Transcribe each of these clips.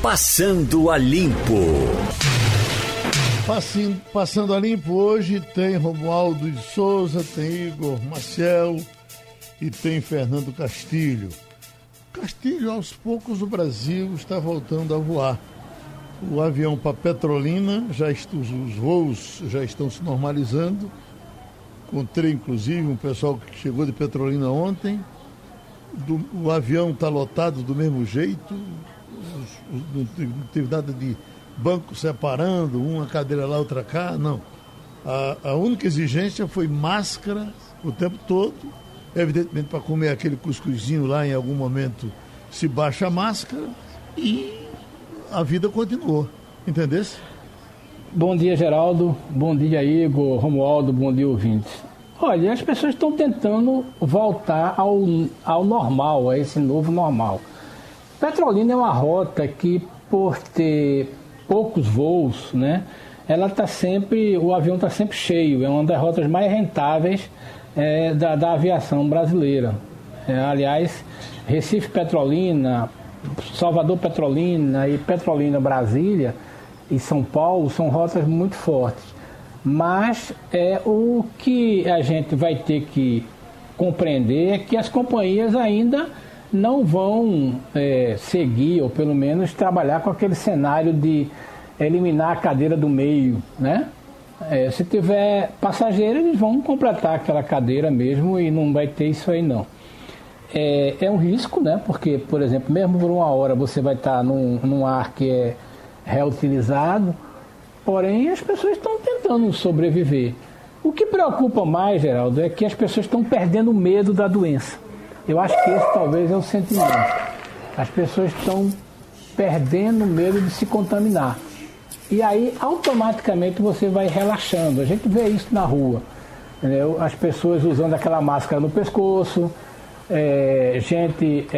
Passando a Limpo. Passando a Limpo hoje tem Romualdo de Souza, tem Igor Maciel e tem Fernando Castilho. Castilho, aos poucos o Brasil está voltando a voar. O avião para Petrolina, os voos já estão se normalizando. Encontrei inclusive um pessoal que chegou de Petrolina ontem. O avião está lotado do mesmo jeito, não teve nada de banco separando, uma cadeira lá, outra cá, não. A única exigência foi máscara o tempo todo. Evidentemente, para comer aquele cuscuzinho lá, em algum momento se baixa a máscara e a vida continuou. Entendesse? Bom dia, Geraldo. Bom dia, Igor, Romualdo. Bom dia, ouvintes. Olha, as pessoas estão tentando voltar ao normal, a esse novo normal. Petrolina é uma rota que, por ter poucos voos, né, o avião está sempre cheio. É uma das rotas mais rentáveis da aviação brasileira. Aliás, Recife Petrolina, Salvador Petrolina e Petrolina Brasília e São Paulo são rotas muito fortes. Mas o que a gente vai ter que compreender é que as companhias ainda não vão seguir, ou pelo menos trabalhar com aquele cenário de eliminar a cadeira do meio, né? Se tiver passageiro, eles vão completar aquela cadeira mesmo e não vai ter isso aí não. É um risco, né? Porque, por exemplo, mesmo por uma hora você vai estar num ar que é reutilizado, porém as pessoas estão tentando sobreviver. O que preocupa mais, Geraldo, é que as pessoas estão perdendo o medo da doença. Eu acho que esse talvez é o sentimento. As pessoas estão perdendo o medo de se contaminar. E aí, automaticamente, você vai relaxando. A gente vê isso na rua. Entendeu? As pessoas usando aquela máscara no pescoço, gente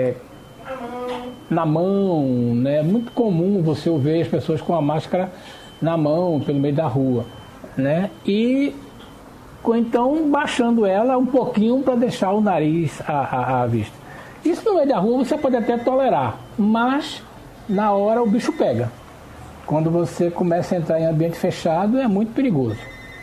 na mão, né? É muito comum você ver as pessoas com a máscara na mão, pelo meio da rua, né? Ou então baixando ela um pouquinho para deixar o nariz à vista. Isso no meio da rua você pode até tolerar, mas na hora o bicho pega. Quando você começa a entrar em ambiente fechado, é muito perigoso.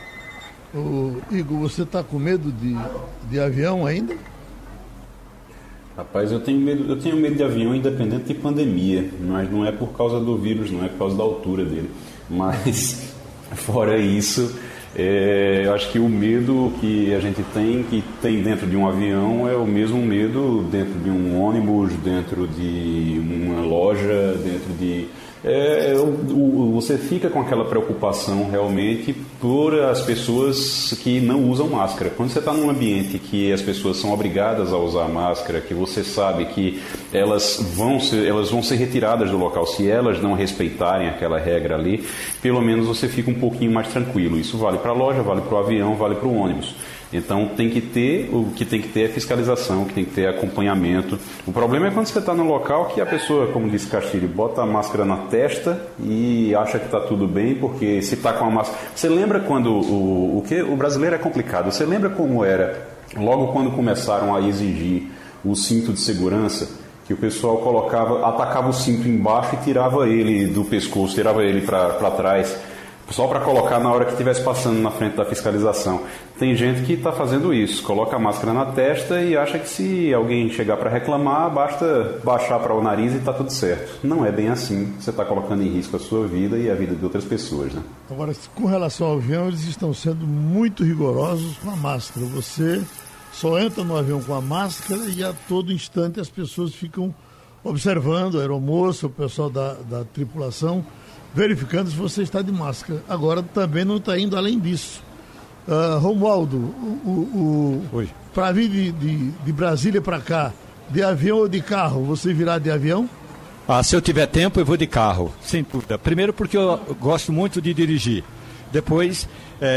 Igor, você está com medo de avião ainda? Rapaz, eu tenho medo de avião independente de pandemia, mas não é por causa do vírus, não é por causa da altura dele. Mas, fora isso, eu acho que o medo que a gente que tem dentro de um avião é o mesmo medo dentro de um ônibus, dentro de uma loja, dentro de... você fica com aquela preocupação realmente por as pessoas que não usam máscara. Quando você está num ambiente que as pessoas são obrigadas a usar máscara, que você sabe que elas vão ser retiradas do local se elas não respeitarem aquela regra ali, pelo menos você fica um pouquinho mais tranquilo. Isso vale para a loja, vale para o avião, vale para o ônibus. Então o que tem que ter é fiscalização, o que tem que ter é acompanhamento. O problema é quando você está no local que a pessoa, como disse Castilho, bota a máscara na testa e acha que está tudo bem, porque se está com a máscara... Você lembra quando o brasileiro é complicado, você lembra como era logo quando começaram a exigir o cinto de segurança, que o pessoal atacava o cinto embaixo e tirava ele do pescoço, tirava ele para trás, só para colocar na hora que estivesse passando na frente da fiscalização. Tem gente que está fazendo isso, coloca a máscara na testa e acha que se alguém chegar para reclamar, basta baixar para o nariz e está tudo certo. Não é bem assim, você está colocando em risco a sua vida e a vida de outras pessoas, né? Agora, com relação ao avião, eles estão sendo muito rigorosos com a máscara. Você só entra no avião com a máscara e a todo instante as pessoas ficam observando, a aeromoça, o pessoal da tripulação, verificando se você está de máscara. Agora também não está indo além disso. Romualdo, para vir de Brasília para cá, de avião ou de carro, você virá de avião? Se eu tiver tempo, eu vou de carro, sem dúvida. Primeiro porque eu gosto muito de dirigir. Depois,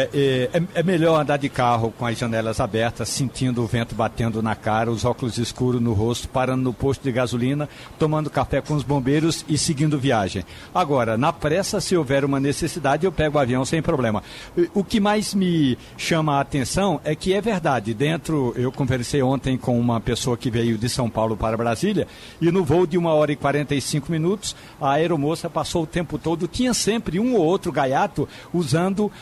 é melhor andar de carro com as janelas abertas, sentindo o vento batendo na cara, os óculos escuros no rosto, parando no posto de gasolina, tomando café com os bombeiros e seguindo viagem. Agora, na pressa, se houver uma necessidade, eu pego o avião sem problema. O que mais me chama a atenção é que é verdade. Eu conversei ontem com uma pessoa que veio de São Paulo para Brasília e no voo de 1h45, a aeromoça passou o tempo todo, tinha sempre um ou outro gaiato usando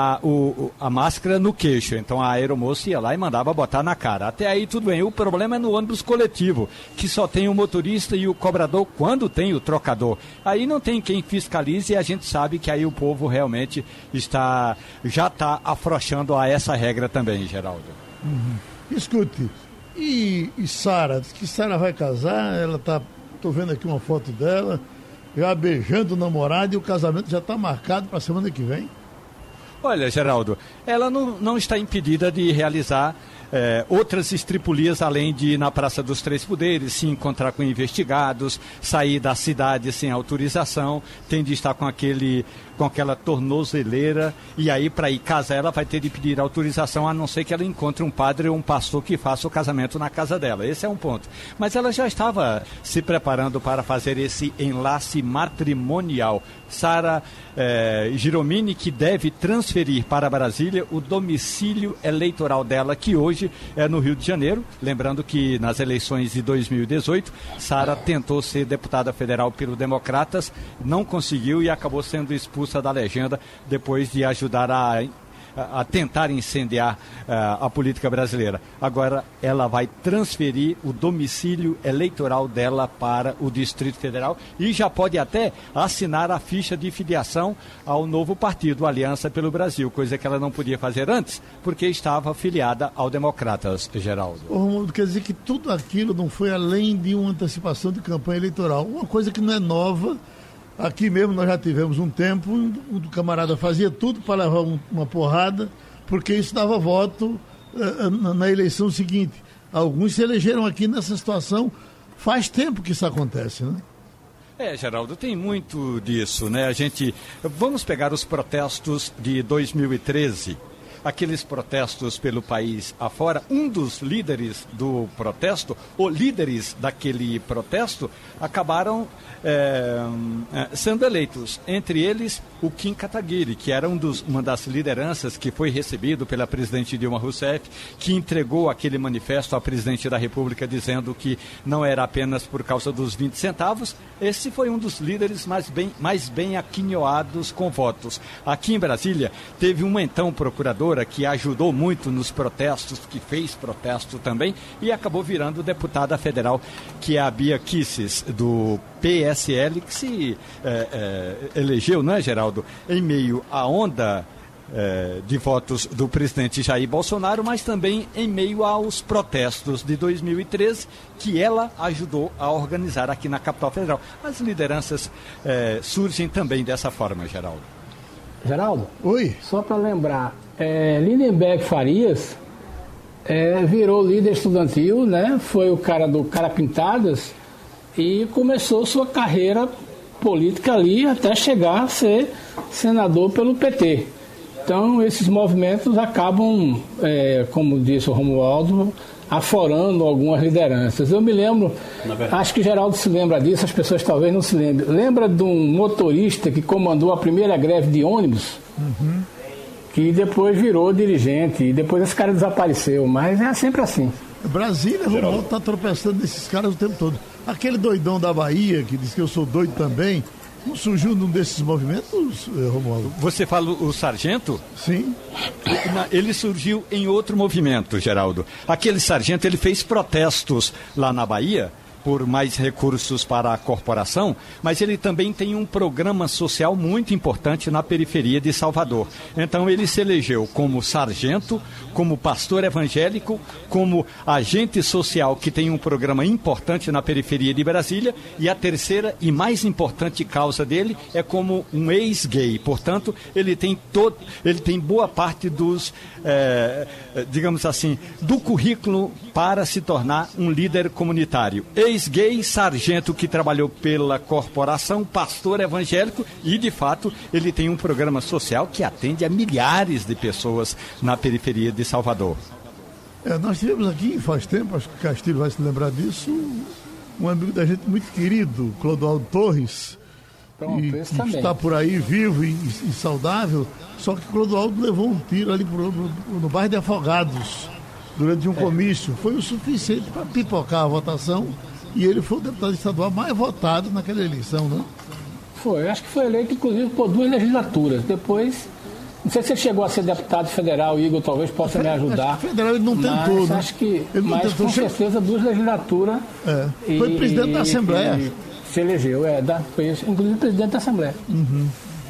a máscara no queixo. Então a aeromoça ia lá e mandava botar na cara. Até aí tudo bem. O problema é no ônibus coletivo, que só tem o motorista e o cobrador quando tem o trocador. Aí não tem quem fiscalize e a gente sabe que aí o povo realmente já está afrouxando a essa regra também, Geraldo. Escute, e Sara? Diz que Sara vai casar, estou vendo aqui uma foto dela, já beijando o namorado e o casamento já está marcado para a semana que vem. Olha, Geraldo, ela não está impedida de realizar outras estripulias, além de ir na Praça dos Três Poderes, se encontrar com investigados, sair da cidade sem autorização, tem de estar com aquela tornozeleira, e aí para ir casar ela vai ter de pedir autorização, a não ser que ela encontre um padre ou um pastor que faça o casamento na casa dela. Esse é um ponto. Mas ela já estava se preparando para fazer esse enlace matrimonial. Sara Giromini, que deve transferir para Brasília o domicílio eleitoral dela, que hoje é no Rio de Janeiro. Lembrando que nas eleições de 2018, Sara tentou ser deputada federal pelo Democratas, não conseguiu e acabou sendo expulsa da legenda depois de ajudar a tentar incendiar a política brasileira. Agora ela vai transferir o domicílio eleitoral dela para o Distrito Federal e já pode até assinar a ficha de filiação ao novo partido, Aliança pelo Brasil, coisa que ela não podia fazer antes, porque estava afiliada ao Democratas, Geraldo. Romualdo, quer dizer que tudo aquilo não foi além de uma antecipação de campanha eleitoral, uma coisa que não é nova. Aqui mesmo nós já tivemos um tempo, o camarada fazia tudo para levar uma porrada, porque isso dava voto na eleição seguinte. Alguns se elegeram aqui nessa situação, faz tempo que isso acontece, né? Geraldo, tem muito disso, né? Vamos pegar os protestos de 2013. Aqueles protestos pelo país afora, um dos líderes do protesto, ou líderes daquele protesto, acabaram sendo eleitos. Entre eles, o Kim Kataguiri, que era uma das lideranças que foi recebido pela presidente Dilma Rousseff, que entregou aquele manifesto à presidente da República dizendo que não era apenas por causa dos 20 centavos. Esse foi um dos líderes mais bem aquinhoados com votos. Aqui em Brasília, teve uma então procuradora que ajudou muito nos protestos, que fez protesto também, e acabou virando deputada federal, que é a Bia Kicis, do PSL, que se elegeu, não é, Geraldo, em meio à onda de votos do presidente Jair Bolsonaro, mas também em meio aos protestos de 2013, que ela ajudou a organizar aqui na capital federal. As lideranças surgem também dessa forma, Geraldo. Geraldo? Oi? Só para lembrar, Lindenberg Farias virou líder estudantil, né? Foi o cara do Cara Pintadas e começou sua carreira política ali até chegar a ser senador pelo PT. Então, esses movimentos acabam, como disse o Romualdo, aforando algumas lideranças. Eu me lembro, acho que Geraldo se lembra disso, as pessoas talvez não se lembrem. Lembra de um motorista que comandou a primeira greve de ônibus? Que depois virou dirigente, e depois esse cara desapareceu, mas é sempre assim. Brasília, Romualdo, está tropeçando nesses caras o tempo todo. Aquele doidão da Bahia, que diz que eu sou doido também, não surgiu num desses movimentos, Romualdo? Você fala o sargento? Sim. Ele surgiu em outro movimento, Geraldo. Aquele sargento, ele fez protestos lá na Bahia por mais recursos para a corporação, mas ele também tem um programa social muito importante na periferia de Salvador. Então ele se elegeu como sargento, como pastor evangélico, como agente social que tem um programa importante na periferia de Brasília, e a terceira e mais importante causa dele é como um ex-gay. Portanto, ele tem boa parte dos, digamos assim, do currículo para se tornar um líder comunitário. gay, sargento que trabalhou pela corporação, pastor evangélico e, de fato, ele tem um programa social que atende a milhares de pessoas na periferia de Salvador. Nós tivemos aqui, faz tempo, acho que o Castilho vai se lembrar disso, um amigo da gente muito querido, Clodoaldo Torres, que está por aí vivo e saudável, só que Clodoaldo levou um tiro ali no bairro de Afogados, durante um comício. Foi o suficiente para pipocar a votação e ele foi o deputado estadual mais votado naquela eleição, né? Foi, acho que foi eleito inclusive por 2 legislaturas. Depois, não sei se ele chegou a ser deputado federal, Igor talvez possa me ajudar. Federal ele não tentou, né? Acho que, mas com certeza 2 legislaturas. Foi presidente da Assembleia. Se elegeu, foi inclusive presidente da Assembleia. Uhum.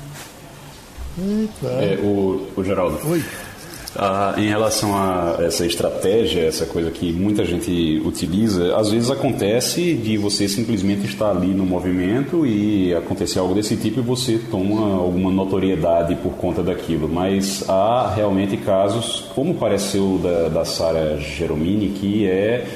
O Geraldo. Oi. Em relação a essa estratégia, essa coisa que muita gente utiliza, às vezes acontece de você simplesmente estar ali no movimento e acontecer algo desse tipo e você toma alguma notoriedade por conta daquilo, mas há realmente casos, como pareceu da Sara Geromini, que é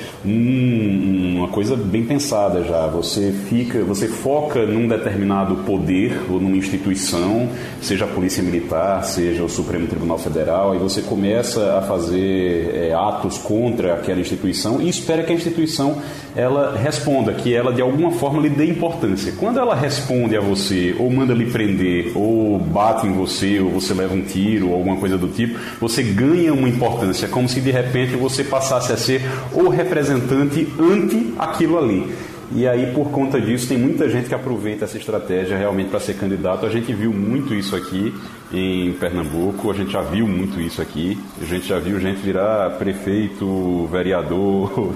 uma coisa bem pensada já. Você foca num determinado poder ou numa instituição, seja a Polícia Militar, seja o Supremo Tribunal Federal, e você começa a fazer atos contra aquela instituição e espera que a instituição ela responda, que ela de alguma forma lhe dê importância. Quando ela responde a você, ou manda lhe prender, ou bate em você, ou você leva um tiro, ou alguma coisa do tipo, você ganha uma importância, como se de repente você passasse a ser o representante ante aquilo ali. E aí, por conta disso, tem muita gente que aproveita essa estratégia realmente para ser candidato. A gente viu muito isso aqui em Pernambuco, a gente já viu muito isso aqui. A gente já viu gente virar prefeito, vereador,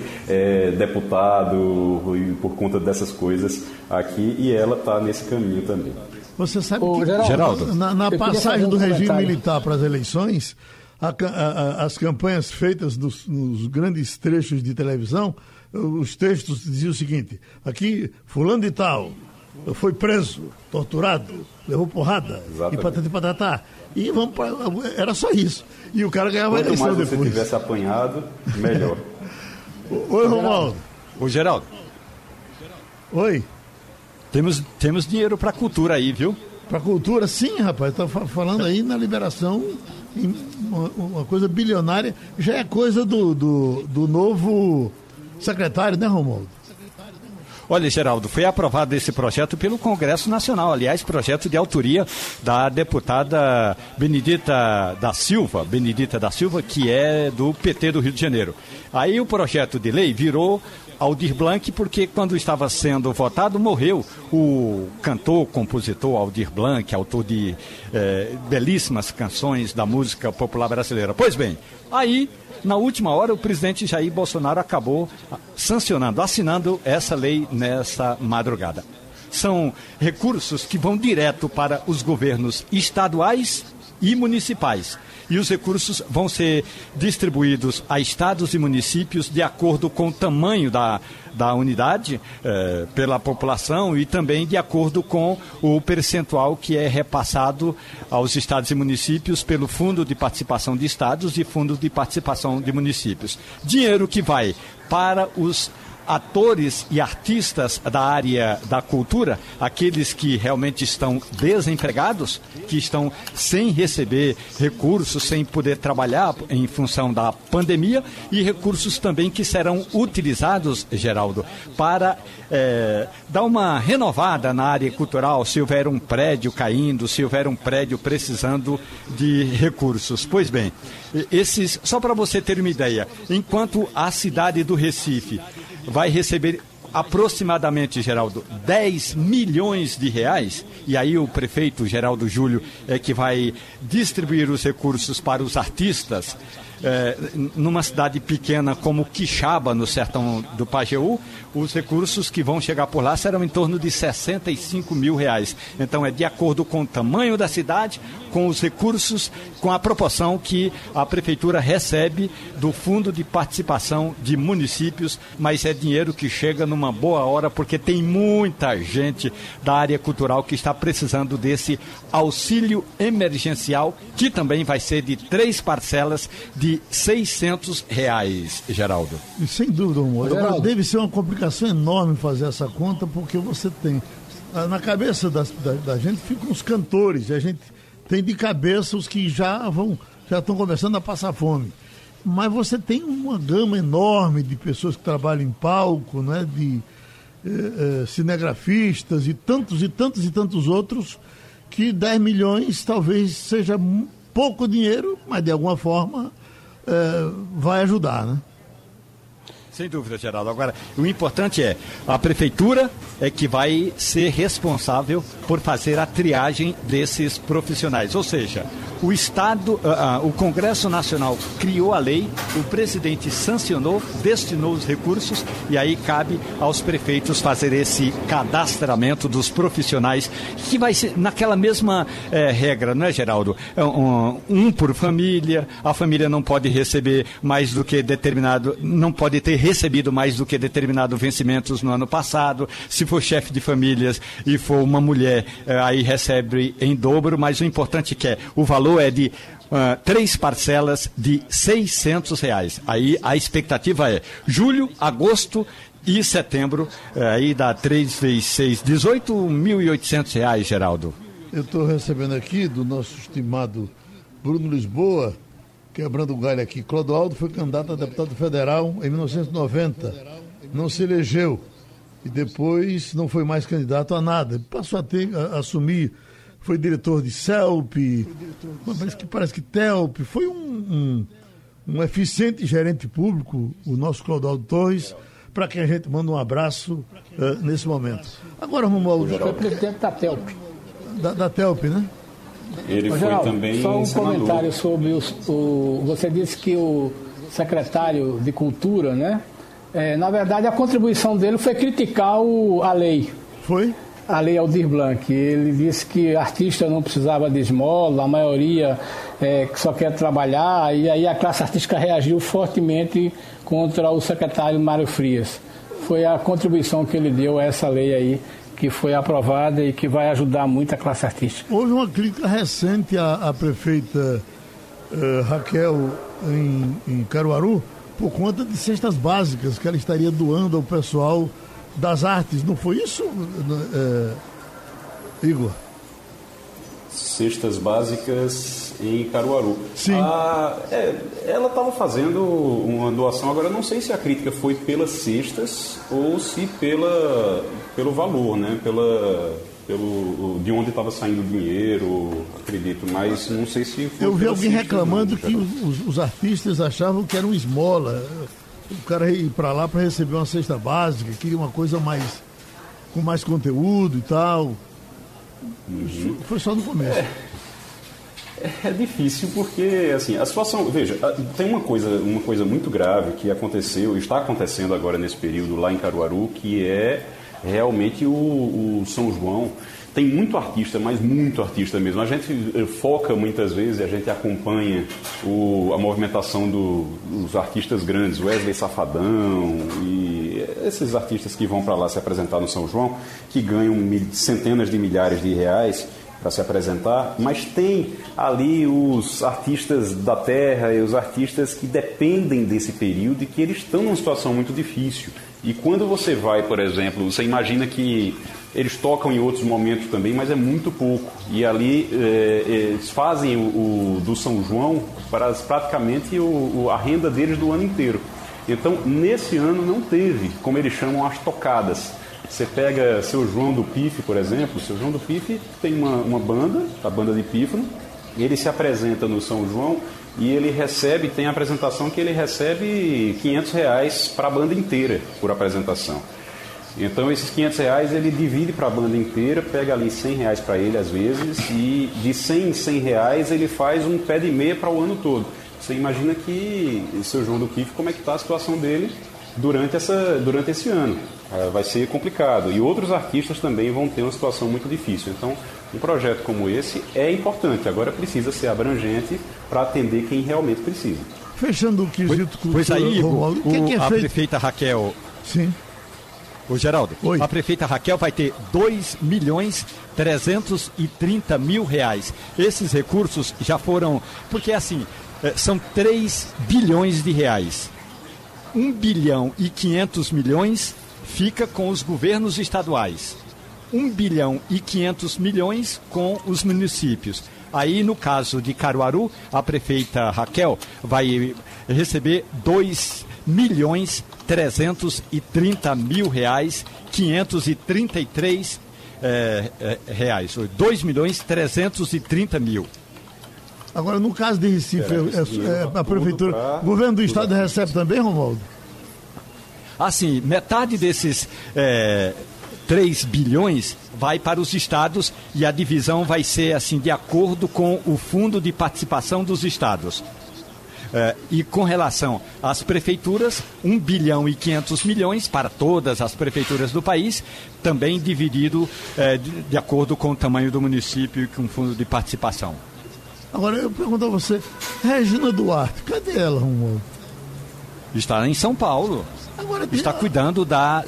deputado, por conta dessas coisas aqui. E ela está nesse caminho também. Você sabe que, Geraldo, na passagem do regime militar para as eleições, as campanhas feitas nos grandes trechos de televisão, os textos diziam o seguinte: aqui, fulano de tal, foi preso, torturado, levou porrada, exatamente, e patati patatá. E vamos pra... Era só isso. E o cara ganhava a eleição depois. Quanto mais você tivesse apanhado, melhor. Oi, Romualdo. Ô, Geraldo. Oi. Temos dinheiro para cultura aí, viu? Para cultura, sim, rapaz. Está falando aí na liberação, uma coisa bilionária. Já é coisa do novo secretário, né, Romualdo? Olha, Geraldo, foi aprovado esse projeto pelo Congresso Nacional. Aliás, projeto de autoria da deputada Benedita da Silva, que é do PT do Rio de Janeiro. Aí o projeto de lei virou Aldir Blanc, porque quando estava sendo votado, morreu o cantor, compositor Aldir Blanc, autor de belíssimas canções da música popular brasileira. Pois bem, aí, na última hora, o presidente Jair Bolsonaro acabou assinando essa lei nessa madrugada. São recursos que vão direto para os governos estaduais e municipais. E os recursos vão ser distribuídos a estados e municípios de acordo com o tamanho da unidade, pela população, e também de acordo com o percentual que é repassado aos estados e municípios pelo Fundo de Participação de Estados e Fundo de Participação de Municípios. Dinheiro que vai para os atores e artistas da área da cultura, aqueles que realmente estão desempregados, que estão sem receber recursos, sem poder trabalhar em função da pandemia, e recursos também que serão utilizados, Geraldo, para dar uma renovada na área cultural, se houver um prédio caindo, se houver um prédio precisando de recursos. Pois bem, só para você ter uma ideia, enquanto a cidade do Recife vai receber aproximadamente, Geraldo, 10 milhões de reais, e aí o prefeito Geraldo Júlio é que vai distribuir os recursos para os artistas. Numa cidade pequena como Quixaba, no sertão do Pajeú, os recursos que vão chegar por lá serão em torno de 65 mil reais. Então é de acordo com o tamanho da cidade, com os recursos, com a proporção que a prefeitura recebe do Fundo de Participação de Municípios, mas é dinheiro que chega numa boa hora, porque tem muita gente da área cultural que está precisando desse auxílio emergencial, que também vai ser de 3 parcelas de de R$600, Geraldo. E sem dúvida, Romualdo. Agora, deve ser uma complicação enorme fazer essa conta, porque você tem... Na cabeça da gente ficam os cantores, e a gente tem de cabeça os que já estão começando a passar fome. Mas você tem uma gama enorme de pessoas que trabalham em palco, né, de cinegrafistas e tantos outros, que 10 milhões talvez seja pouco dinheiro, mas de alguma forma vai ajudar, né? Sem dúvida, Geraldo. Agora, o importante é, a prefeitura é que vai ser responsável por fazer a triagem desses profissionais. Ou seja, o Estado, o Congresso Nacional criou a lei, o presidente sancionou, destinou os recursos e aí cabe aos prefeitos fazer esse cadastramento dos profissionais, que vai ser naquela mesma regra, não é, Geraldo? Um por família, a família não pode receber mais do que determinado, não pode ter recebido mais do que determinado vencimentos no ano passado. Se for chefe de famílias e for uma mulher, aí recebe em dobro, mas o importante é que o valor é de 3 parcelas de R$600. Aí a expectativa é julho, agosto e setembro, aí dá 3 vezes 6, R$18.800, Geraldo. Eu estou recebendo aqui do nosso estimado Bruno Lisboa, quebrando o galho aqui. Clodoaldo foi candidato a deputado federal em 1990, não se elegeu e depois não foi mais candidato a nada. Passou a assumir, foi diretor de CELP, parece que TELP, foi um eficiente gerente público, o nosso Clodoaldo Torres, para quem a gente manda um abraço nesse momento. Agora, Romualdo... Foi presidente da TELP. Da TELP, né? Ele foi Geraldo, também só um senador. comentário sobre você disse que o secretário de Cultura, né? Na verdade, a contribuição dele foi criticar a lei. Foi? A lei Aldir Blanc. Ele disse que artista não precisava de esmola, a maioria que só quer trabalhar, e aí a classe artística reagiu fortemente contra o secretário Mário Frias. Foi a contribuição que ele deu a essa lei aí, que foi aprovada e que vai ajudar muito a classe artística. Houve uma crítica recente à prefeita Raquel em Caruaru por conta de cestas básicas que ela estaria doando ao pessoal das artes. Não foi isso, Igor? Cestas básicas em Caruaru. Sim. Ela estava fazendo uma doação, agora eu não sei se a crítica foi pelas cestas ou se pelo valor, né? De onde estava saindo o dinheiro, acredito, mas não sei se foi. Eu vi alguém reclamando não, que os artistas achavam que era um esmola. O cara ia para lá para receber uma cesta básica, queria uma coisa com mais conteúdo e tal. Isso foi só no começo. É difícil porque, assim, a situação... Veja, tem uma coisa muito grave que aconteceu, está acontecendo agora nesse período lá em Caruaru, que é realmente o São João. Tem muito artista, mas muito artista mesmo. A gente foca muitas vezes, a gente acompanha a movimentação dos artistas grandes, Wesley Safadão e esses artistas que vão para lá se apresentar no São João, que ganham centenas de milhares de reais para se apresentar, mas tem ali os artistas da terra e os artistas que dependem desse período e que eles estão numa situação muito difícil. E quando você vai, por exemplo, você imagina que eles tocam em outros momentos também, mas é muito pouco. E ali eles fazem do São João para praticamente a renda deles do ano inteiro. Então, nesse ano não teve, como eles chamam, as tocadas. Você pega seu João do Pife, por exemplo. Seu João do Pife tem uma banda, a banda de Pífano. Ele se apresenta no São João e ele tem a apresentação que ele recebe R$500 para a banda inteira por apresentação. Então esses R$500 ele divide para a banda inteira, pega ali R$100 para ele às vezes, e de R$100 em R$100 ele faz um pé de meia para o ano todo. Você imagina que seu João do Pife, como é que está a situação dele durante esse ano. Vai ser complicado. E outros artistas também vão ter uma situação muito difícil. Então, um projeto como esse é importante. Agora precisa ser abrangente para atender quem realmente precisa. Fechando o quesito cultura, pois aí, Romualdo, o que é a feito? prefeita Raquel... Sim. Ô Geraldo, Oi. a prefeita Raquel vai ter R$2.330.000. Esses recursos já foram, porque assim, são 3 bilhões de reais. 1.500 bilhões fica com os governos estaduais. 1.500 bilhões com os municípios. Aí, no caso de Caruaru, a prefeita Raquel vai receber R$2.330.000, 533 reais. 2.330.000. Agora, no caso de Recife, a prefeitura, o governo do estado recebe também, Romualdo? Assim, metade desses 3 bilhões vai para os estados e a divisão vai ser assim de acordo com o Fundo de Participação dos Estados. E com relação às prefeituras, 1.500 bilhões para todas as prefeituras do país, também dividido de acordo com o tamanho do município e com o Fundo de Participação. Agora, eu pergunto a você, Regina Duarte, cadê ela, Romualdo? Está em São Paulo. Agora, Está cuidando da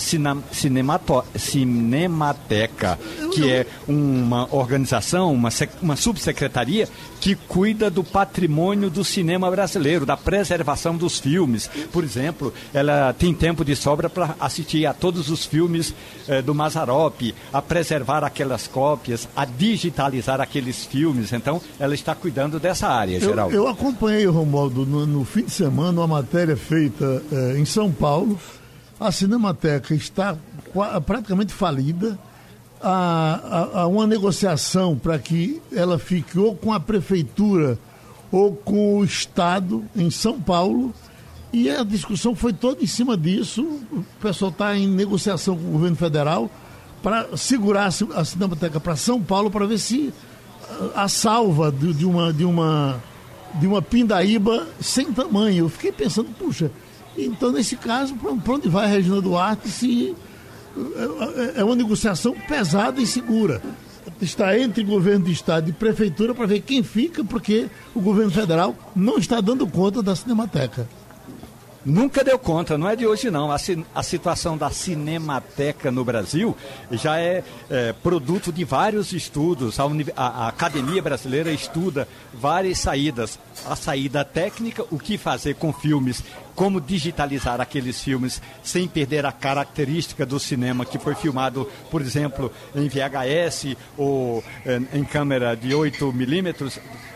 Cinemateca, que é uma organização, uma subsecretaria que cuida do patrimônio do cinema brasileiro, da preservação dos filmes. Por exemplo, ela tem tempo de sobra para assistir a todos os filmes do Mazzaropi, a preservar aquelas cópias, a digitalizar aqueles filmes. Então, ela está cuidando dessa área, Geraldo. Eu acompanhei, Romualdo, no fim de semana, uma matéria feita em São Paulo. A Cinemateca está praticamente falida. Há uma negociação para que ela fique ou com a prefeitura ou com o Estado em São Paulo. E a discussão foi toda em cima disso. O pessoal está em negociação com o governo federal para segurar a Cinemateca para São Paulo, para ver se a salva de uma pindaíba sem tamanho. Eu fiquei pensando, puxa, então nesse caso, para onde vai a Regina Duarte se é uma negociação pesada e segura? Está entre governo de estado e prefeitura para ver quem fica, porque o governo federal não está dando conta da Cinemateca. Nunca deu conta, não é de hoje não. A situação da Cinemateca no Brasil já é produto de vários estudos. A Academia Brasileira estuda várias saídas. A saída técnica, o que fazer com filmes, como digitalizar aqueles filmes sem perder a característica do cinema que foi filmado, por exemplo, em VHS ou em câmera de 8 milímetros,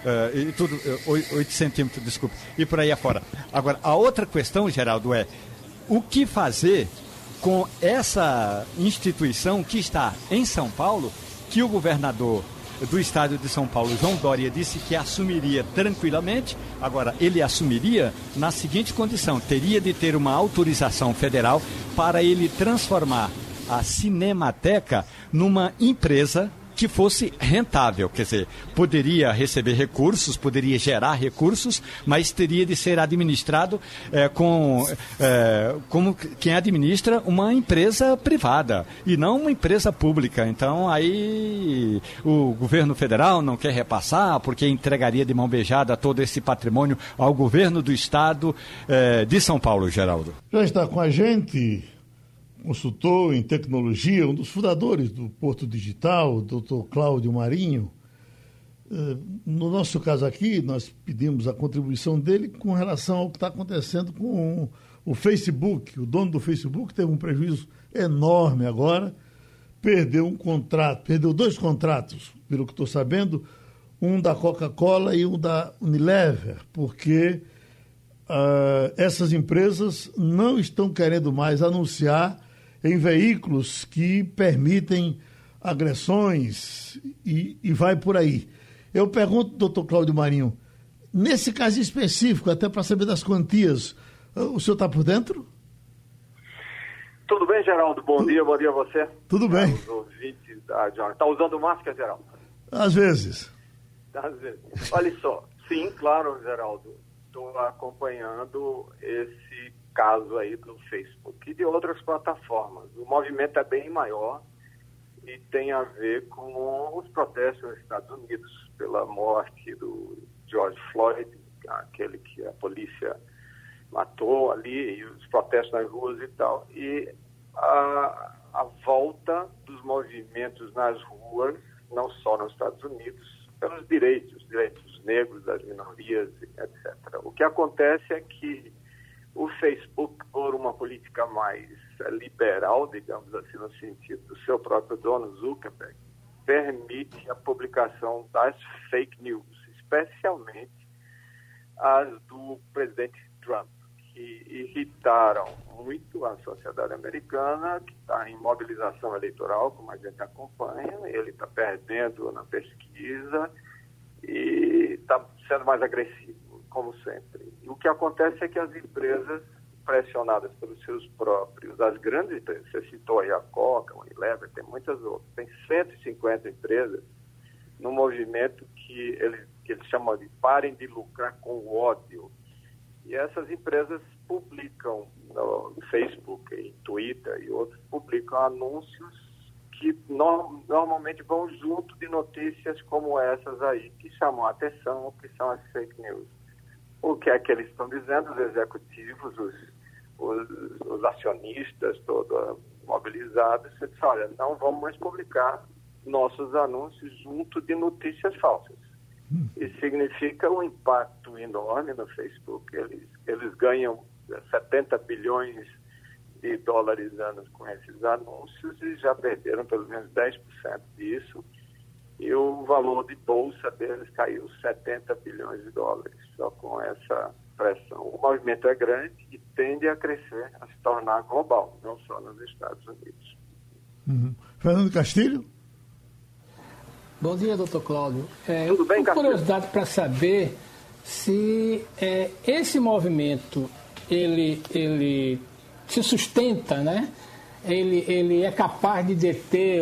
8 centímetros, desculpe, e por aí afora. Agora, a outra questão, Geraldo, é o que fazer com essa instituição que está em São Paulo, que o governador do estado de São Paulo, João Dória, disse que assumiria tranquilamente. Agora, ele assumiria na seguinte condição: teria de ter uma autorização federal para ele transformar a Cinemateca numa empresa que fosse rentável, quer dizer, poderia receber recursos, poderia gerar recursos, mas teria de ser administrado como quem administra uma empresa privada e não uma empresa pública. Então, aí o governo federal não quer repassar porque entregaria de mão beijada todo esse patrimônio ao governo do estado de São Paulo, Geraldo. Já está com a gente consultor em tecnologia, um dos fundadores do Porto Digital, o Dr. Cláudio Marinho. No nosso caso aqui, nós pedimos a contribuição dele com relação ao que está acontecendo com o Facebook. O dono do Facebook teve um prejuízo enorme agora, perdeu perdeu 2 contratos, pelo que estou sabendo, um da Coca-Cola e um da Unilever, porque essas empresas não estão querendo mais anunciar em veículos que permitem agressões e vai por aí. Eu pergunto, doutor Cláudio Marinho, nesse caso específico, até para saber das quantias, o senhor está por dentro? Tudo bem, Geraldo? Bom dia a você. Tudo bem. Os ouvintes da Jornal. Está usando máscara, Geraldo? Às vezes. Às vezes. Olha só, sim, claro, Geraldo, estou acompanhando esse caso aí do Facebook e de outras plataformas. O movimento é bem maior e tem a ver com os protestos nos Estados Unidos pela morte do George Floyd, aquele que a polícia matou ali, e os protestos nas ruas e tal. E a volta dos movimentos nas ruas, não só nos Estados Unidos, pelos direitos negros, das minorias, etc. O que acontece é que o Facebook, por uma política mais liberal, digamos assim, no sentido do seu próprio dono, Zuckerberg, permite a publicação das fake news, especialmente as do presidente Trump, que irritaram muito a sociedade americana, que está em mobilização eleitoral, como a gente acompanha. Ele está perdendo na pesquisa e está sendo mais agressivo, como sempre. E o que acontece é que as empresas, pressionadas pelos seus próprios, as grandes empresas, você citou aí a Coca, a Unilever, tem muitas outras, tem 150 empresas no movimento que eles chamam de parem de lucrar com o ódio. E essas empresas publicam no Facebook, em Twitter e outros, publicam anúncios que normalmente vão junto de notícias como essas aí, que chamam a atenção, que são as fake news. O que é que eles estão dizendo, os executivos, os acionistas, todos mobilizados, eles dizem, olha, não vamos mais publicar nossos anúncios junto de notícias falsas. Isso significa um impacto enorme no Facebook. Eles ganham 70 bilhões de dólares anos com esses anúncios e já perderam pelo menos 10% disso. E o valor de bolsa deles caiu 70 bilhões de dólares só com essa pressão. O movimento é grande e tende a crescer, a se tornar global, não só nos Estados Unidos. Fernando Castilho? Bom dia, doutor Cláudio. Tudo bem, Castilho? Curiosidade para saber se esse movimento ele se sustenta, né? Ele é capaz de deter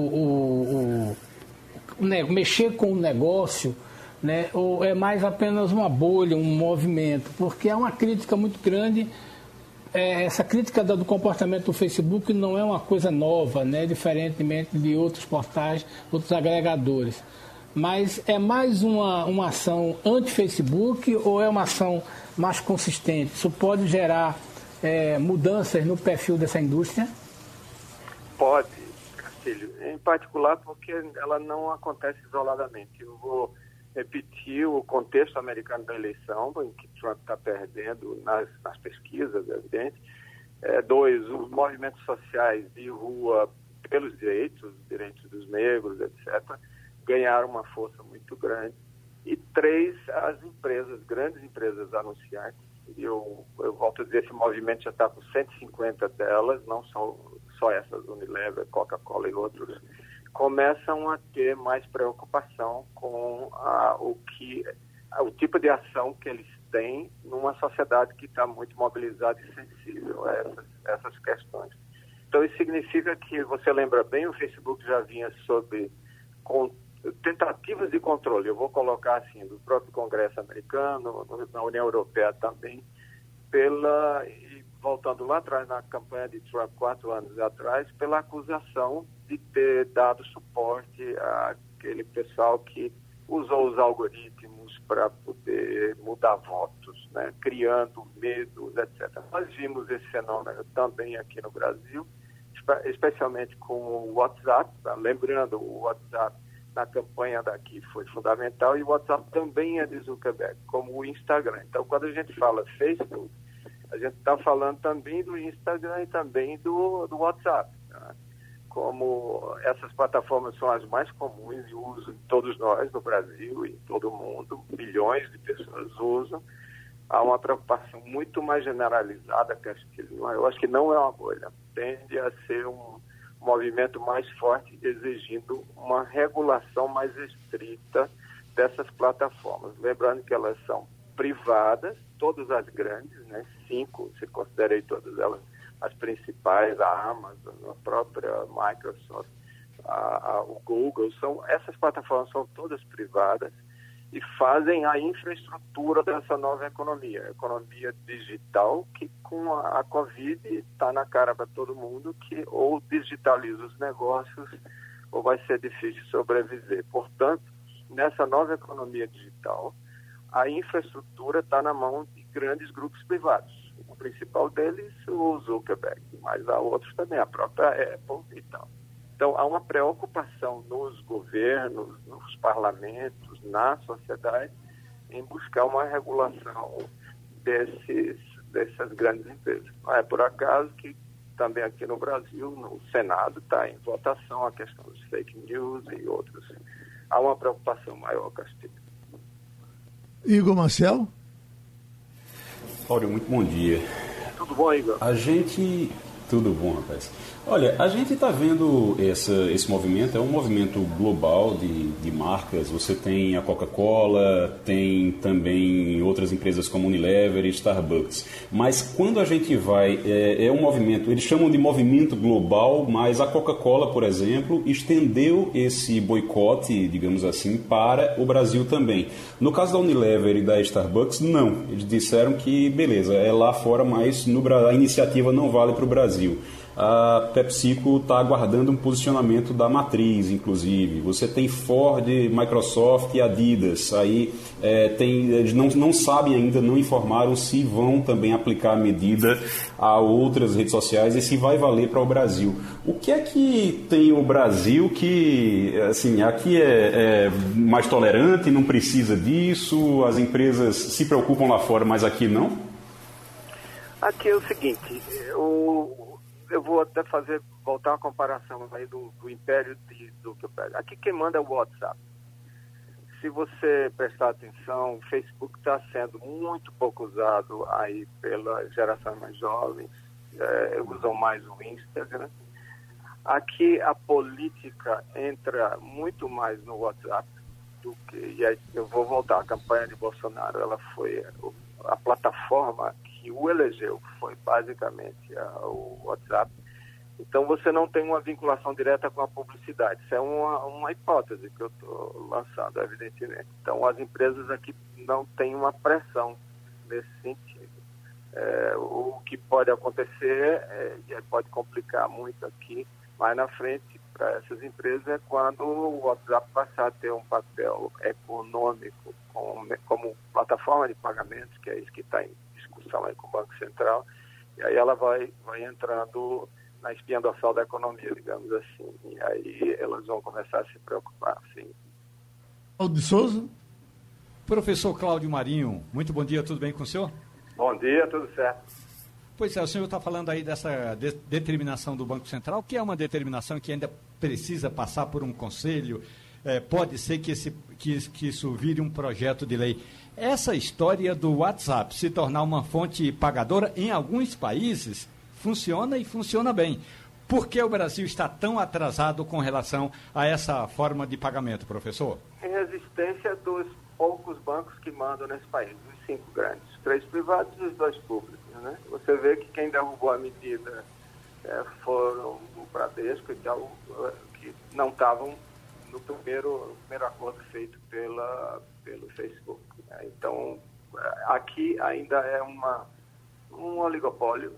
mexer com o negócio, né? Ou é mais apenas uma bolha, um movimento? Porque é uma crítica muito grande. Essa crítica do comportamento do Facebook não é uma coisa nova, né? Diferentemente de outros portais, outros agregadores. Mas é mais uma ação anti-Facebook ou é uma ação mais consistente? Isso pode gerar mudanças no perfil dessa indústria? Pode, Castilho. Em particular porque ela não acontece isoladamente. Eu vou repetir o contexto americano da eleição, em que Trump está perdendo nas pesquisas, é evidente. Os movimentos sociais de rua pelos direitos dos negros, etc., ganharam uma força muito grande. E 3, as empresas, grandes empresas anunciantes, e eu volto a dizer, esse movimento já está com 150 delas, não só essas, Unilever, Coca-Cola e outros, começam a ter mais preocupação com o tipo de ação que eles têm numa sociedade que está muito mobilizada e sensível a essas questões. Então, isso significa que, você lembra bem, o Facebook já vinha sob tentativas de controle, eu vou colocar assim, do próprio Congresso americano, na União Europeia também, e voltando lá atrás, na campanha de Trump, 4 anos atrás, pela acusação de ter dado suporte àquele pessoal que usou os algoritmos para poder mudar votos, né, criando medos, etc. Nós vimos esse fenômeno também aqui no Brasil, especialmente com o WhatsApp, tá? Lembrando, o WhatsApp na campanha daqui foi fundamental, e o WhatsApp também é de Zuckerberg, como o Instagram. Então, quando a gente fala Facebook, a gente está falando também do Instagram e também do WhatsApp. Tá? Como essas plataformas são as mais comuns de uso de todos nós no Brasil e em todo o mundo, milhões de pessoas usam, há uma preocupação muito mais generalizada, que eu acho que não é uma bolha, tende a ser um movimento mais forte, exigindo uma regulação mais estrita dessas plataformas. Lembrando que elas são privadas, todas as grandes, né? 5, se considerei todas elas as principais, a Amazon, a própria Microsoft, o Google, essas plataformas são todas privadas e fazem a infraestrutura dessa nova economia, a economia digital, que com a Covid está na cara para todo mundo, que ou digitaliza os negócios ou vai ser difícil sobreviver. Portanto, nessa nova economia digital, a infraestrutura está na mão de grandes grupos privados. O principal deles, o Zuckerberg, mas há outros também, a própria Apple e tal. Então, há uma preocupação nos governos, nos parlamentos, na sociedade, em buscar uma regulação dessas grandes empresas. Não é por acaso que também aqui no Brasil, no Senado, está em votação a questão dos fake news e outros. Há uma preocupação maior, Castilho. Igor Marcel? Cláudio, muito bom dia. Tudo bom, Igor? Tudo bom, rapaz. Olha, a gente está vendo esse movimento, é um movimento global de marcas. Você tem a Coca-Cola, tem também outras empresas como Unilever e Starbucks. Mas quando a gente vai, é um movimento, eles chamam de movimento global, mas a Coca-Cola, por exemplo, estendeu esse boicote, digamos assim, para o Brasil também. No caso da Unilever e da Starbucks, não. Eles disseram que, beleza, é lá fora, mas a iniciativa não vale para o Brasil. A PepsiCo está aguardando um posicionamento da matriz, inclusive. Você tem Ford, Microsoft e Adidas. Aí eles não sabem ainda, não informaram se vão também aplicar a medida a outras redes sociais e se vai valer para o Brasil. O que é que tem o Brasil que, assim, aqui é mais tolerante, não precisa disso, as empresas se preocupam lá fora, mas aqui não? Aqui é o seguinte, eu vou até voltar a comparação aí do império do que eu pego. Aqui quem manda é o WhatsApp. Se você prestar atenção, o Facebook está sendo muito pouco usado aí pelas gerações mais jovens, usam mais o Instagram. Aqui a política entra muito mais no WhatsApp do que... E aí eu vou voltar, a campanha de Bolsonaro, ela foi a plataforma que o elegeu, foi basicamente o WhatsApp. Então você não tem uma vinculação direta com a publicidade. Isso é uma hipótese que eu estou lançando, evidentemente. Então as empresas aqui não têm uma pressão nesse sentido. O que pode acontecer, pode complicar muito aqui, mais na frente para essas empresas é quando o WhatsApp passar a ter um papel econômico como plataforma de pagamentos, que é isso que está em discussão aí com o Banco Central, e aí ela vai entrando na espinha dorsal da economia, digamos assim, e aí elas vão começar a se preocupar, sim. Cláudio de Souza? Professor Cláudio Marinho, muito bom dia, tudo bem com o senhor? Bom dia, tudo certo. Pois é, o senhor está falando aí dessa determinação do Banco Central, que é uma determinação que ainda precisa passar por um conselho, pode ser que isso vire um projeto de lei. Essa história do WhatsApp se tornar uma fonte pagadora, em alguns países, funciona e funciona bem. Por que o Brasil está tão atrasado com relação a essa forma de pagamento, professor? Em resistência dos poucos bancos que mandam nesse país, os 5 grandes, 3 privados e os 2 públicos, né? Você vê que quem derrubou a medida foram o Bradesco e tal, que não estavam no primeiro acordo feito pelo Facebook. Né? Então, aqui ainda é um oligopólio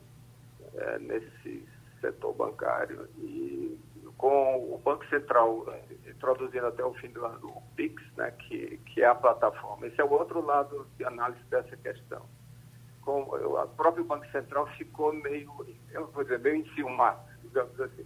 nesse setor bancário, e com o Banco Central introduzindo até o fim do ano o PIX, né, que é a plataforma. Esse é o outro lado de análise dessa questão. O próprio Banco Central ficou meio enciumado, digamos assim.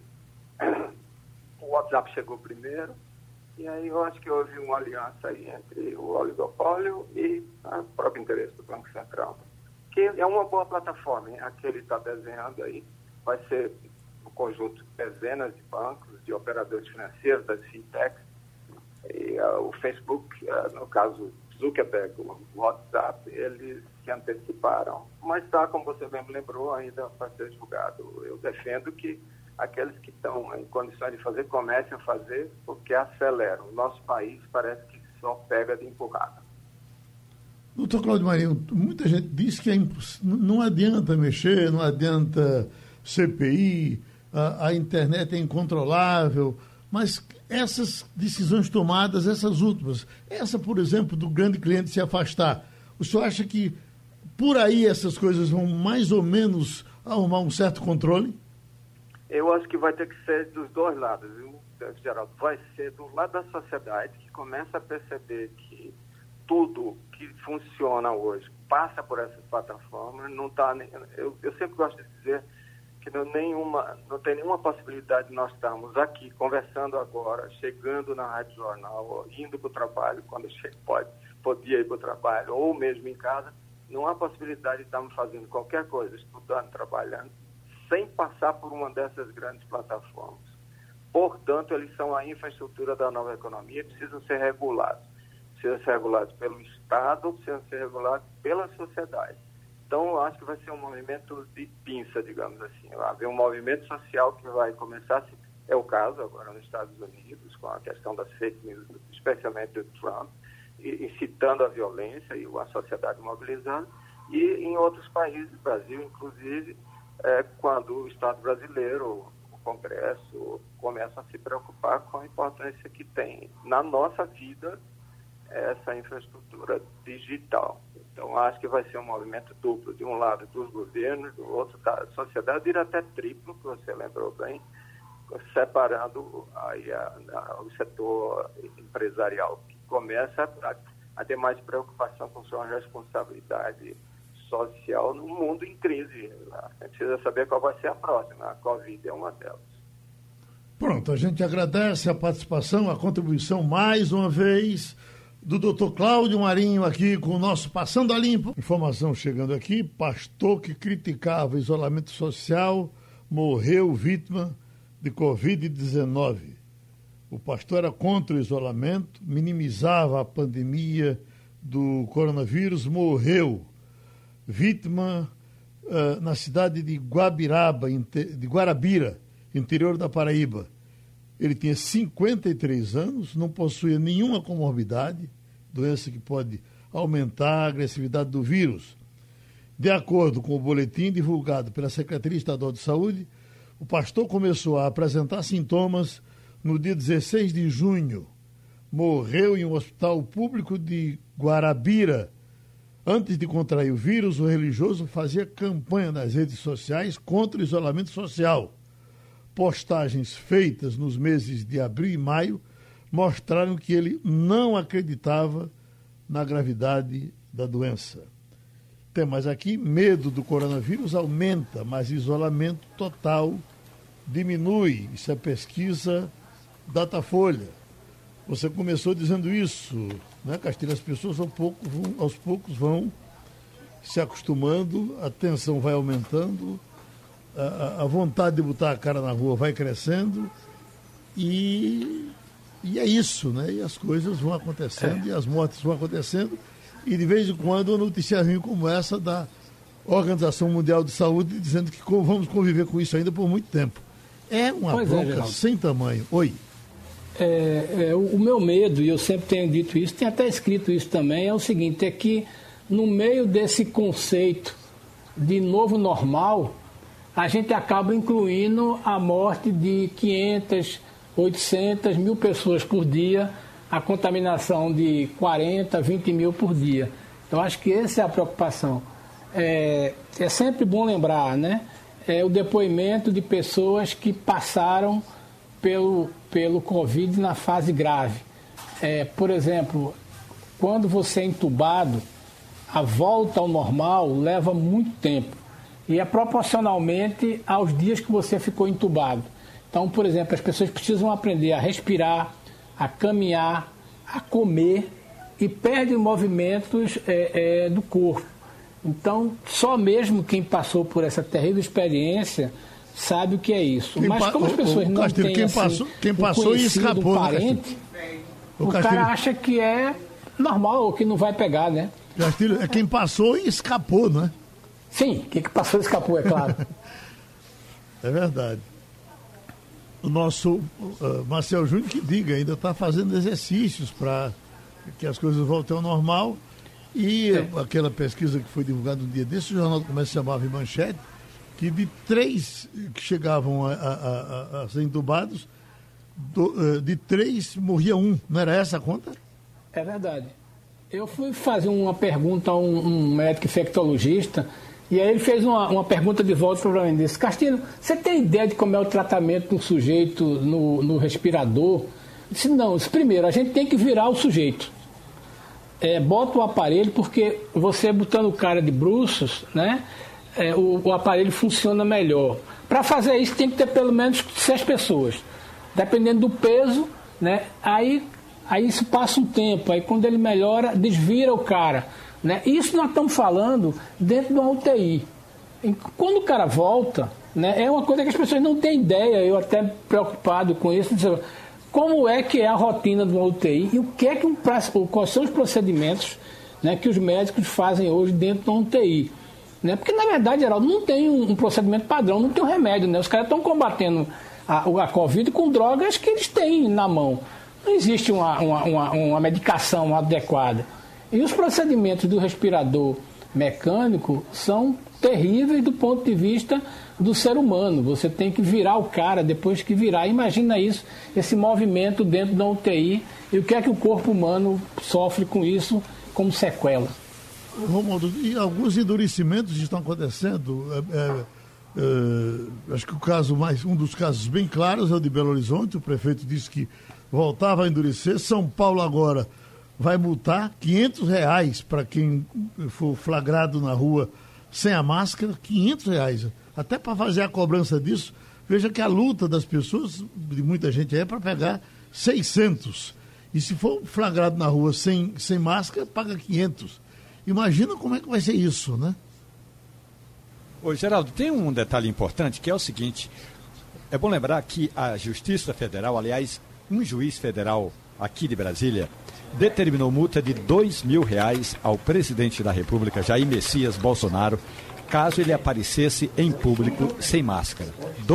O WhatsApp chegou primeiro, e aí eu acho que houve uma aliança aí entre o oligopólio e o próprio interesse do Banco Central, que é uma boa plataforma, hein? A que ele está desenhando aí vai ser um conjunto de dezenas de bancos, de operadores financeiros, das fintechs, e o Facebook, no caso Zuckerberg, o WhatsApp, eles se anteciparam. Mas está, como você bem me lembrou, ainda para ser julgado. Eu defendo que aqueles que estão em condições de fazer, comecem a fazer, porque aceleram. O nosso país parece que só pega de empurrada. Doutor Cláudio Marinho, muita gente diz que não adianta mexer, não adianta CPI, a internet é incontrolável, mas essas decisões tomadas, essas últimas, essa, por exemplo, do grande cliente se afastar, o senhor acha que por aí essas coisas vão mais ou menos arrumar um certo controle? Eu acho que vai ter que ser dos dois lados, viu, Geraldo? Vai ser do lado da sociedade, que começa a perceber que tudo que funciona hoje passa por essas plataformas, não tá, eu sempre gosto de dizer que não tem nenhuma possibilidade de nós estarmos aqui conversando agora, chegando na Rádio Jornal, indo para o trabalho, quando podia ir para o trabalho, ou mesmo em casa, não há possibilidade de estarmos fazendo qualquer coisa, estudando, trabalhando, sem passar por uma dessas grandes plataformas. Portanto, eles são a infraestrutura da nova economia e precisam ser regulados. Precisam ser regulados pelo Estado, precisam ser regulados pela sociedade. Então, eu acho que vai ser um movimento de pinça, digamos assim. Vai haver um movimento social que vai começar, é o caso agora nos Estados Unidos, com a questão das fake news, especialmente do Trump, incitando a violência e a sociedade mobilizada, e em outros países, Brasil inclusive, quando o Estado brasileiro, o Congresso, começa a se preocupar com a importância que tem na nossa vida essa infraestrutura digital. Então, acho que vai ser um movimento duplo, de um lado dos governos, do outro da sociedade, ir até triplo, que você lembrou bem, separando aí o setor empresarial, que começa a ter mais preocupação com sua responsabilidade social no mundo em crise. A gente precisa saber qual vai ser a próxima. A Covid é uma delas. Pronto, a gente agradece a participação, a contribuição mais uma vez do Dr. Cláudio Marinho aqui com o nosso Passando a Limpo. Informação chegando aqui: pastor que criticava isolamento social morreu vítima de Covid-19. O pastor era contra o isolamento, minimizava a pandemia do coronavírus, morreu vítima na cidade de Guarabira, interior da Paraíba. Ele tinha 53 anos, não possuía nenhuma comorbidade, doença que pode aumentar a agressividade do vírus. De acordo com o boletim divulgado pela Secretaria Estadual de Saúde, o pastor começou a apresentar sintomas no dia 16 de junho. Morreu em um hospital público de Guarabira. Antes de contrair o vírus, o religioso fazia campanha nas redes sociais contra o isolamento social. Postagens feitas nos meses de abril e maio mostraram que ele não acreditava na gravidade da doença. Tem mais aqui: medo do coronavírus aumenta, mas isolamento total diminui. Isso é pesquisa Datafolha. Você começou dizendo isso, né, Castilho? As pessoas aos poucos vão se acostumando, a tensão vai aumentando, a vontade de botar a cara na rua vai crescendo e é isso, né? E as coisas vão acontecendo, e as mortes vão acontecendo, e de vez em quando uma notícia ruim como essa da Organização Mundial de Saúde dizendo que vamos conviver com isso ainda por muito tempo. É uma bronca sem tamanho. Oi. O meu medo, e eu sempre tenho dito isso, tenho até escrito isso também, é o seguinte: é que no meio desse conceito de novo normal, a gente acaba incluindo a morte de 500, 800 mil pessoas por dia, a contaminação de 40, 20 mil por dia. Então, acho que essa é a preocupação. É sempre bom lembrar, né? O depoimento de pessoas que passaram pelo Covid na fase grave. Por exemplo, quando você é entubado, a volta ao normal leva muito tempo. E é proporcionalmente aos dias que você ficou entubado. Então, por exemplo, as pessoas precisam aprender a respirar, a caminhar, a comer e perdem movimentos do corpo. Então, só mesmo quem passou por essa terrível experiência sabe o que é isso. Mas como as pessoas não têm quem passou e escapou, um parente, o cara acha que é normal ou que não vai pegar, né? Castilho, é quem passou e escapou, não é? Sim, quem passou e escapou, é claro. É verdade. O nosso Marcel Júnior que diga, ainda está fazendo exercícios para que as coisas voltem ao normal. E aquela pesquisa que foi divulgada um dia desse, o Jornal do Comércio chamava em manchete, que de 3 que chegavam a ser entubados, de 3 morria 1. Não era essa a conta? É verdade. Eu fui fazer uma pergunta a um médico infectologista, e aí ele fez uma pergunta de volta para mim, disse: Castilho, você tem ideia de como é o tratamento de um sujeito no respirador? Eu disse: não, primeiro, a gente tem que virar o sujeito. bota o aparelho, porque você botando o cara de bruços, né, o aparelho funciona melhor. Para fazer isso tem que ter pelo menos 6 pessoas. Dependendo do peso, né, aí isso passa um tempo, aí quando ele melhora, desvira o cara. Né? Isso nós estamos falando dentro de uma UTI. E quando o cara volta, né, é uma coisa que as pessoas não têm ideia, eu até preocupado com isso, como é que é a rotina de uma UTI e quais são os procedimentos, né, que os médicos fazem hoje dentro de uma UTI. Né? Porque, na verdade, Geraldo, não tem um procedimento padrão, não tem um remédio. Né? Os caras estão combatendo a Covid com drogas que eles têm na mão. Não existe uma medicação adequada. E os procedimentos do respirador mecânico são terríveis do ponto de vista do ser humano. Você tem que virar o cara depois que virar. Imagina isso, esse movimento dentro da UTI e o que é que o corpo humano sofre com isso como sequela. Romualdo, e alguns endurecimentos estão acontecendo. Acho que um dos casos bem claros é o de Belo Horizonte. O prefeito disse que voltava a endurecer. São Paulo agora vai multar R$500 para quem for flagrado na rua sem a máscara, R$500. Até para fazer a cobrança disso, veja que a luta das pessoas, de muita gente, é para pegar 600. E se for flagrado na rua sem máscara, paga 500. Imagina como é que vai ser isso, né? Ô, Geraldo, tem um detalhe importante que é o seguinte: é bom lembrar que a Justiça Federal, aliás, um juiz federal aqui de Brasília, determinou multa de R$2.000 ao presidente da República, Jair Messias Bolsonaro, caso ele aparecesse em público sem máscara.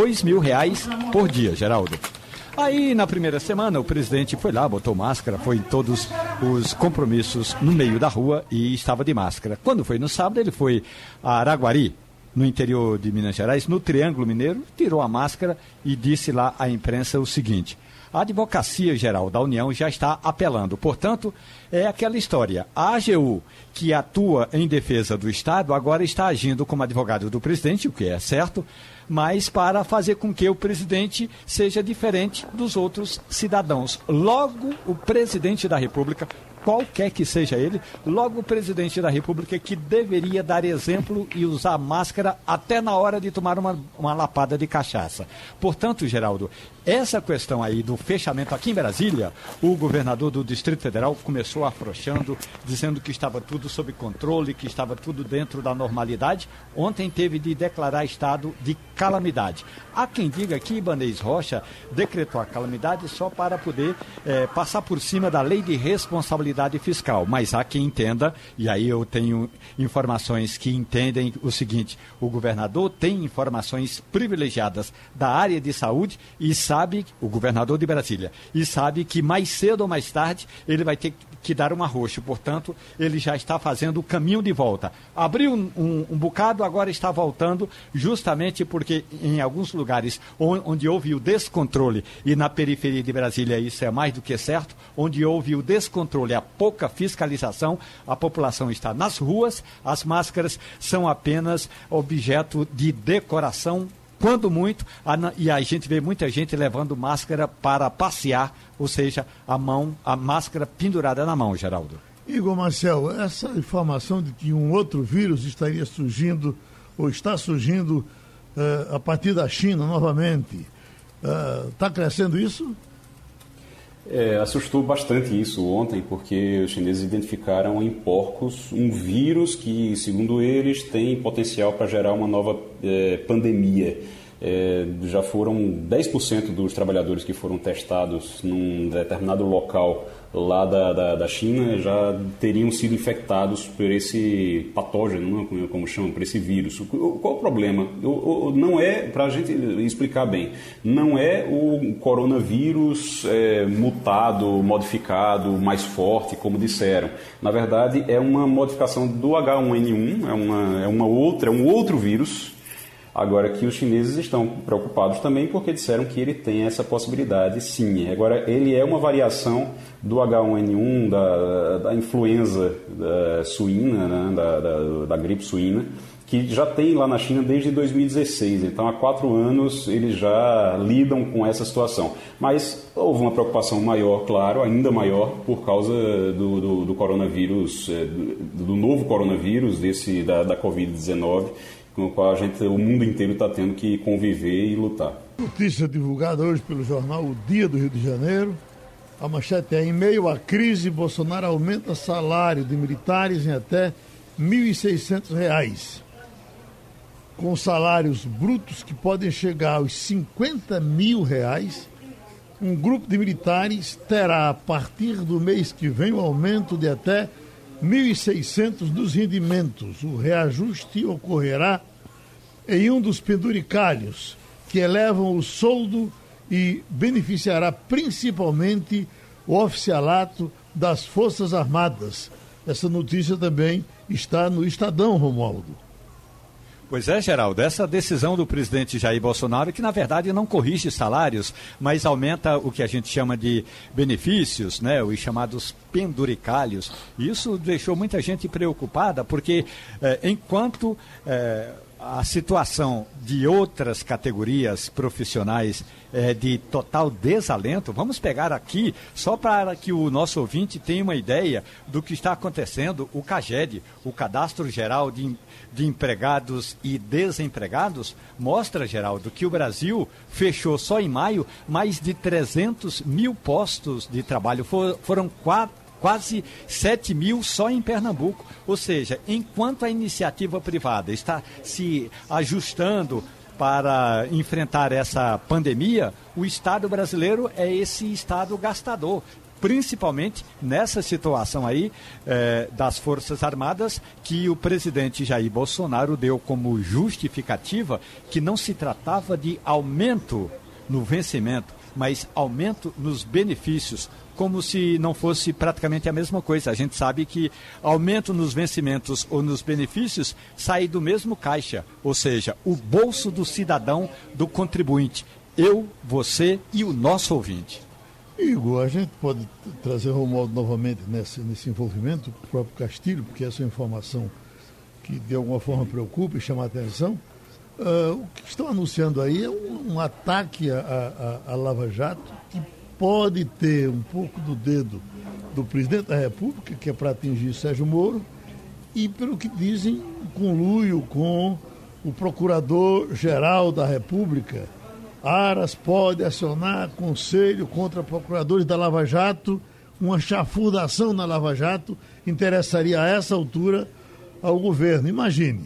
R$2.000 por dia, Geraldo. Aí, na primeira semana, o presidente foi lá, botou máscara, foi em todos os compromissos no meio da rua e estava de máscara. Quando foi no sábado, ele foi a Araguari, no interior de Minas Gerais, no Triângulo Mineiro, tirou a máscara e disse lá à imprensa o seguinte: a Advocacia Geral da União já está apelando. Portanto, é aquela história. A AGU, que atua em defesa do Estado, agora está agindo como advogado do presidente, o que é certo, mas para fazer com que o presidente seja diferente dos outros cidadãos. Logo, o presidente da República, qualquer que seja ele, logo o presidente da República que deveria dar exemplo e usar máscara até na hora de tomar uma lapada de cachaça. Portanto, Geraldo, essa questão aí do fechamento aqui em Brasília, o governador do Distrito Federal começou afrouxando, dizendo que estava tudo sob controle, que estava tudo dentro da normalidade. Ontem teve de declarar estado de calamidade. Há quem diga que Ibanez Rocha decretou a calamidade só para poder passar por cima da lei de responsabilidade fiscal. Mas há quem entenda, e aí eu tenho informações que entendem o seguinte: o governador tem informações privilegiadas da área de saúde e sabe, o governador de Brasília, e sabe que mais cedo ou mais tarde ele vai ter que dar um arroxo. Portanto, ele já está fazendo o caminho de volta. Abriu um bocado, agora está voltando, justamente porque em alguns lugares onde houve o descontrole, e na periferia de Brasília isso é mais do que certo, onde houve o descontrole, a pouca fiscalização, a população está nas ruas, as máscaras são apenas objeto de decoração, quando muito, e a gente vê muita gente levando máscara para passear, ou seja, a máscara pendurada na mão, Geraldo. Igor Marcel, essa informação de que um outro vírus estaria surgindo, ou está surgindo a partir da China novamente, está crescendo isso? Assustou bastante isso ontem, porque os chineses identificaram em porcos um vírus que, segundo eles, tem potencial para gerar uma nova pandemia. Já foram 10% dos trabalhadores que foram testados num determinado local lá da China já teriam sido infectados por esse patógeno, como chamam, por esse vírus. Qual o problema? Não é, para a gente explicar bem, não é o coronavírus mutado, modificado, mais forte, como disseram. Na verdade, é uma modificação do H1N1, é um outro vírus. Agora que os chineses estão preocupados também porque disseram que ele tem essa possibilidade, sim. Agora, ele é uma variação do H1N1, da influenza suína, né, da gripe suína, que já tem lá na China desde 2016. Então, há 4 anos, eles já lidam com essa situação. Mas houve uma preocupação maior, claro, ainda maior, por causa do coronavírus, do novo coronavírus, da Covid-19, com o qual o mundo inteiro está tendo que conviver e lutar. Notícia divulgada hoje pelo jornal O Dia do Rio de Janeiro. A manchete é: em meio à crise, Bolsonaro aumenta salário de militares em até R$ 1.600. Com salários brutos que podem chegar aos R$ 50 mil, um grupo de militares terá, a partir do mês que vem, um aumento de até 1.600 dos rendimentos. O reajuste ocorrerá em um dos penduricalhos que elevam o soldo e beneficiará principalmente o oficialato das Forças Armadas. Essa notícia também está no Estadão, Romualdo. Pois é, Geraldo, essa decisão do presidente Jair Bolsonaro, que na verdade não corrige salários, mas aumenta o que a gente chama de benefícios, né, os chamados penduricalhos, isso deixou muita gente preocupada, porque enquanto a situação de outras categorias profissionais é de total desalento, vamos pegar aqui, só para que o nosso ouvinte tenha uma ideia do que está acontecendo, o CAGED, o Cadastro Geral de Empregados e Desempregados, mostra, Geraldo, que o Brasil fechou só em maio mais de 300 mil postos de trabalho, foram quase 7 mil só em Pernambuco. Ou seja, enquanto a iniciativa privada está se ajustando para enfrentar essa pandemia, o Estado brasileiro é esse Estado gastador, principalmente nessa situação aí das Forças Armadas, que o presidente Jair Bolsonaro deu como justificativa que não se tratava de aumento no vencimento, mas aumento nos benefícios, como se não fosse praticamente a mesma coisa. A gente sabe que aumento nos vencimentos ou nos benefícios sai do mesmo caixa, ou seja, o bolso do cidadão, do contribuinte. Eu, você e o nosso ouvinte. Igor, a gente pode trazer o Romualdo novamente nesse envolvimento, o próprio Castilho, porque essa é uma informação que de alguma forma preocupa e chama a atenção. O que estão anunciando aí é um ataque à Lava Jato, que pode ter um pouco do dedo do presidente da República, que é para atingir Sérgio Moro, e, pelo que dizem, conluio com o Procurador-Geral da República. Aras pode acionar conselho contra procuradores da Lava Jato. Uma chafurdação na Lava Jato interessaria a essa altura ao governo. Imagine.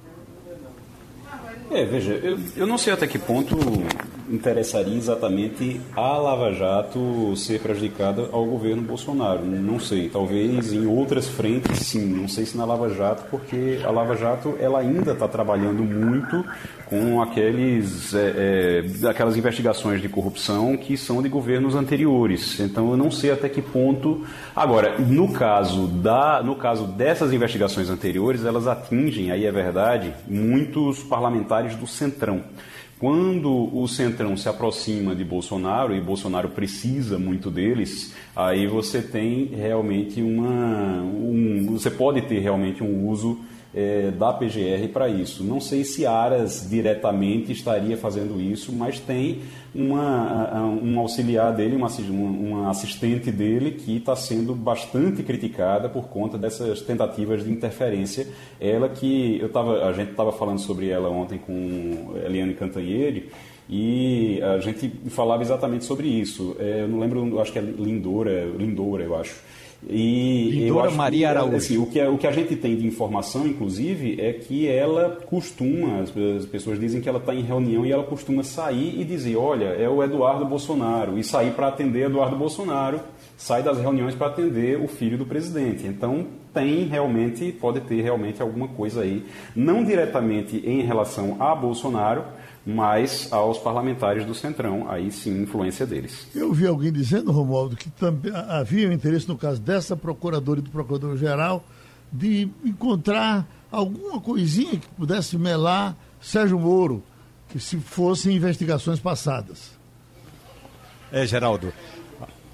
Veja, eu não sei até que ponto interessaria exatamente a Lava Jato ser prejudicada ao governo Bolsonaro. Não sei, talvez em outras frentes sim, não sei se na Lava Jato, porque a Lava Jato ela ainda está trabalhando muito com aquelas investigações de corrupção que são de governos anteriores. Então eu não sei até que ponto. Agora, no caso dessas investigações anteriores, elas atingem, aí é verdade, muitos parlamentares do Centrão. Quando o Centrão se aproxima de Bolsonaro, e Bolsonaro precisa muito deles, aí você tem realmente você pode ter realmente um uso da PGR para isso. Não sei se Aras diretamente estaria fazendo isso, mas tem um auxiliar dele, uma assistente dele que está sendo bastante criticada por conta dessas tentativas de interferência. Ela que a gente estava falando sobre ela ontem com Eliane Cantanhede, e a gente falava exatamente sobre isso. Eu não lembro, acho que é Lindora, eu acho. Lindora Maria Araújo. Assim, o que a gente tem de informação, inclusive, é que ela costuma, as pessoas dizem que ela está em reunião e ela costuma sair e dizer, olha, é o Eduardo Bolsonaro, e sair para atender Eduardo Bolsonaro, sai das reuniões para atender o filho do presidente. Então, pode ter realmente alguma coisa aí, não diretamente em relação a Bolsonaro, mas aos parlamentares do Centrão, aí sim, influência deles. Eu vi alguém dizendo, Romualdo, que também havia um interesse, no caso dessa procuradora e do procurador-geral, de encontrar alguma coisinha que pudesse melar Sérgio Moro, que se fossem investigações passadas. Geraldo,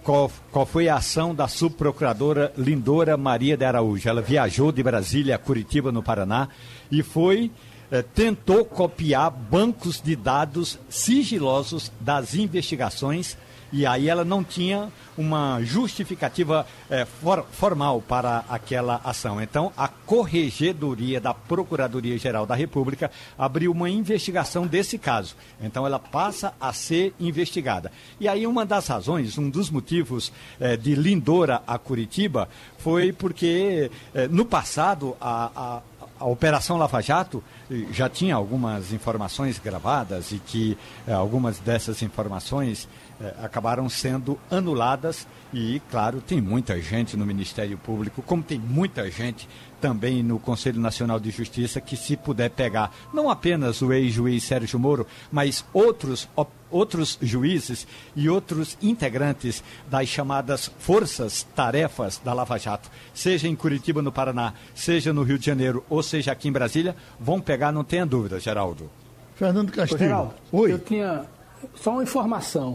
qual foi a ação da subprocuradora Lindora Maria de Araújo. Ela viajou de Brasília a Curitiba, no Paraná, e tentou copiar bancos de dados sigilosos das investigações, e aí ela não tinha uma justificativa formal para aquela ação. Então, a Corregedoria da Procuradoria-Geral da República abriu uma investigação desse caso. Então, ela passa a ser investigada. E aí, uma das razões, um dos motivos de Lindora a Curitiba foi porque, no passado, a Operação Lava Jato já tinha algumas informações gravadas e que algumas dessas informações acabaram sendo anuladas e, claro, tem muita gente no Ministério Público, como tem muita gente também no Conselho Nacional de Justiça, que se puder pegar não apenas o ex-juiz Sérgio Moro, mas outros juízes e outros integrantes das chamadas forças-tarefas da Lava Jato, seja em Curitiba, no Paraná, seja no Rio de Janeiro, ou seja aqui em Brasília, vão pegar, não tenha dúvida, Geraldo. Fernando Castilho. Geraldo, oi. Eu tinha só uma informação.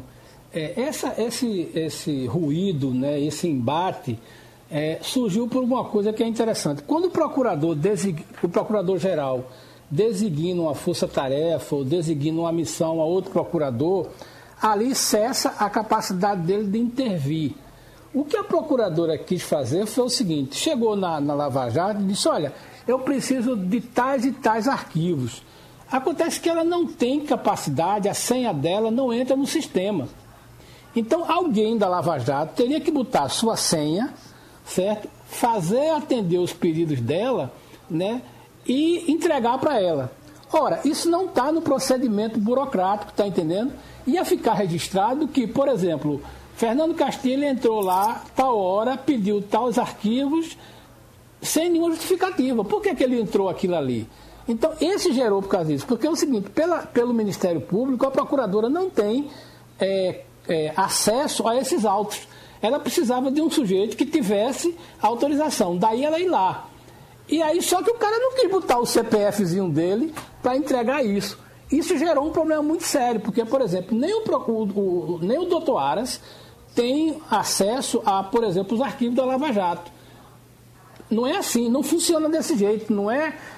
Esse ruído, né, esse embate, surgiu por uma coisa que é interessante. Quando o procurador-geral designa uma força-tarefa ou designa uma missão a outro procurador, ali cessa a capacidade dele de intervir. O que a procuradora quis fazer foi o seguinte: chegou na Lava Jato e disse: olha, eu preciso de tais e tais arquivos. Acontece que ela não tem capacidade, a senha dela não entra no sistema. Então, alguém da Lava Jato teria que botar a sua senha, certo? Fazer atender os pedidos dela, né? E entregar para ela. Ora, isso não está no procedimento burocrático, está entendendo? Ia ficar registrado que, por exemplo, Fernando Castilho entrou lá, tal hora, pediu tais arquivos, sem nenhuma justificativa. Por que ele entrou aquilo ali? Então, esse gerou por causa disso. Porque é o seguinte, pelo Ministério Público, a procuradora não tem acesso a esses autos. Ela precisava de um sujeito que tivesse autorização. Daí ela ir lá. E aí, só que o cara não quis botar o CPFzinho dele para entregar isso. Isso gerou um problema muito sério, porque, por exemplo, nem o doutor Aras tem acesso a, por exemplo, os arquivos da Lava Jato. Não é assim, não funciona desse jeito. Não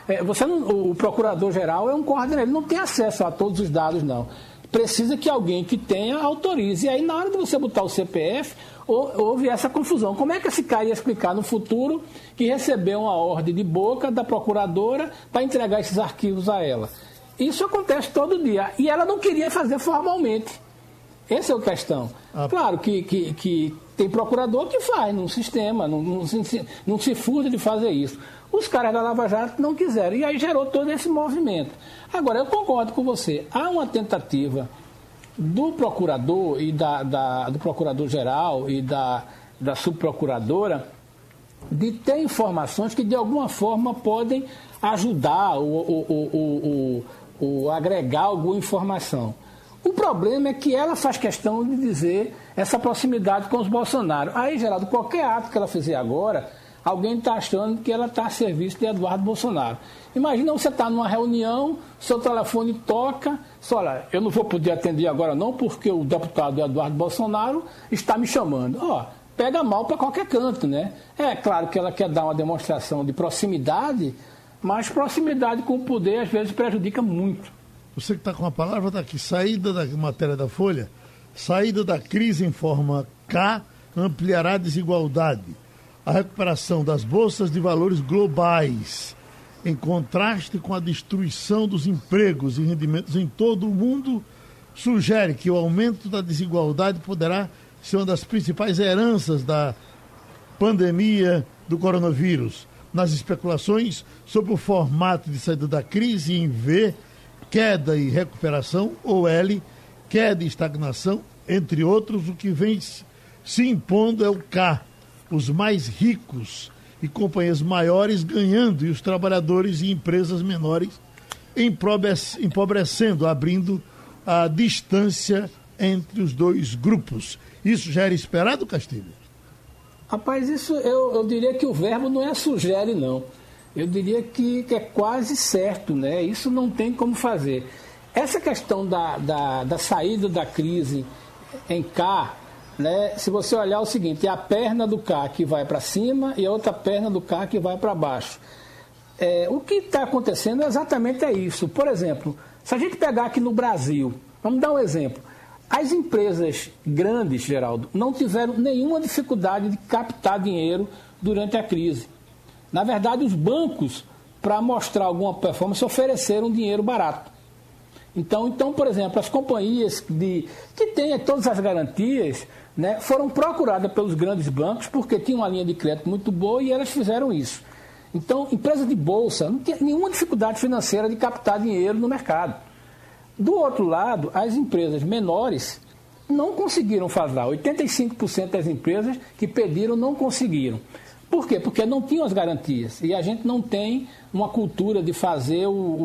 o procurador-geral é um coordenador, ele não tem acesso a todos os dados, não. Precisa que alguém que tenha autorize. E aí, na hora de você botar o CPF, houve essa confusão. Como é que esse cara ia explicar no futuro que recebeu uma ordem de boca da procuradora para entregar esses arquivos a ela? Isso acontece todo dia. E ela não queria fazer formalmente. Essa é a questão. Claro que tem procurador que faz no sistema, não se furta de fazer isso. Os caras da Lava Jato não quiseram. E aí gerou todo esse movimento. Agora, eu concordo com você. Há uma tentativa do procurador e do procurador-geral e da subprocuradora de ter informações que, de alguma forma, podem ajudar ou agregar alguma informação. O problema é que ela faz questão de dizer essa proximidade com os Bolsonaro. Aí, Geraldo, qualquer ato que ela fizer agora, alguém está achando que ela está a serviço de Eduardo Bolsonaro. Imagina você estar numa reunião, seu telefone toca, olha, eu não vou poder atender agora não, porque o deputado Eduardo Bolsonaro está me chamando. Pega mal para qualquer canto, né? É claro que ela quer dar uma demonstração de proximidade, mas proximidade com o poder às vezes prejudica muito. Você que está com a palavra, está aqui. Saída da matéria da Folha. Saída da crise em forma K ampliará a desigualdade. A recuperação das bolsas de valores globais, em contraste com a destruição dos empregos e rendimentos em todo o mundo, sugere que o aumento da desigualdade poderá ser uma das principais heranças da pandemia do coronavírus. Nas especulações sobre o formato de saída da crise, em V, queda e recuperação, ou L, queda e estagnação, entre outros, o que vem se impondo é o K, os mais ricos e companhias maiores ganhando e os trabalhadores e empresas menores empobrecendo, abrindo a distância entre os dois grupos. Isso já era esperado, Castilho? Rapaz, isso eu diria que o verbo não é sugere, não. Eu diria que é quase certo, né? Isso não tem como fazer. Essa questão da saída da crise em K, né, se você olhar o seguinte, é a perna do carro que vai para cima e a outra perna do carro que vai para baixo. O que está acontecendo exatamente é isso. Por exemplo, se a gente pegar aqui no Brasil, vamos dar um exemplo. As empresas grandes, Geraldo, não tiveram nenhuma dificuldade de captar dinheiro durante a crise. Na verdade, os bancos, para mostrar alguma performance, ofereceram dinheiro barato. Então, por exemplo, as companhias que têm todas as garantias, né, foram procuradas pelos grandes bancos porque tinham uma linha de crédito muito boa e elas fizeram isso. Então, empresas de bolsa não tinha nenhuma dificuldade financeira de captar dinheiro no mercado. Do outro lado, as empresas menores não conseguiram fazer. 85% das empresas que pediram não conseguiram. Por quê? Porque não tinham as garantias. E a gente não tem uma cultura de fazer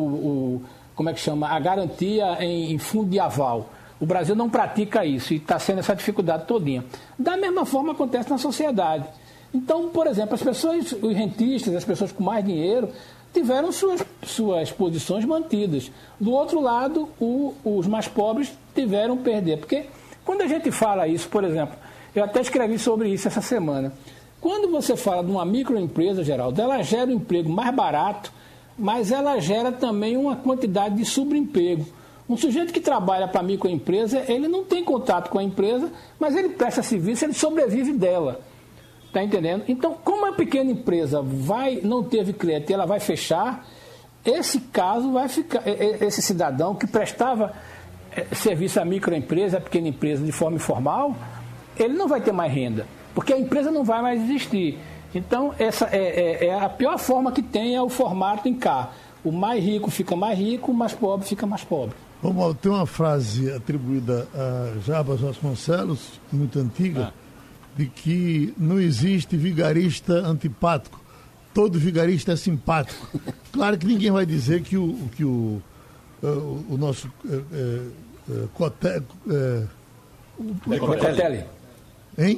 como é que chama? A garantia em fundo de aval. O Brasil não pratica isso e está sendo essa dificuldade todinha. Da mesma forma acontece na sociedade. Então, por exemplo, as pessoas, os rentistas, as pessoas com mais dinheiro, tiveram suas posições mantidas. Do outro lado, os mais pobres tiveram perder. Porque quando a gente fala isso, por exemplo, eu até escrevi sobre isso essa semana. Quando você fala de uma microempresa, Geraldo, ela gera um emprego mais barato, mas ela gera também uma quantidade de subemprego. Um sujeito que trabalha para a microempresa, ele não tem contato com a empresa, mas ele presta serviço, ele sobrevive dela. Está entendendo? Então, como a pequena empresa não teve crédito e ela vai fechar, esse caso vai ficar, esse cidadão que prestava serviço à microempresa, à pequena empresa de forma informal, ele não vai ter mais renda, porque a empresa não vai mais existir. Então, essa é a pior forma que tem, é o formato em K. O mais rico fica mais rico, o mais pobre fica mais pobre. Vamos, tem uma frase atribuída a Jarbas Vasconcelos, muito antiga, de que não existe vigarista antipático, todo vigarista é simpático. Claro que ninguém vai dizer que o nosso Decotelli. Hein?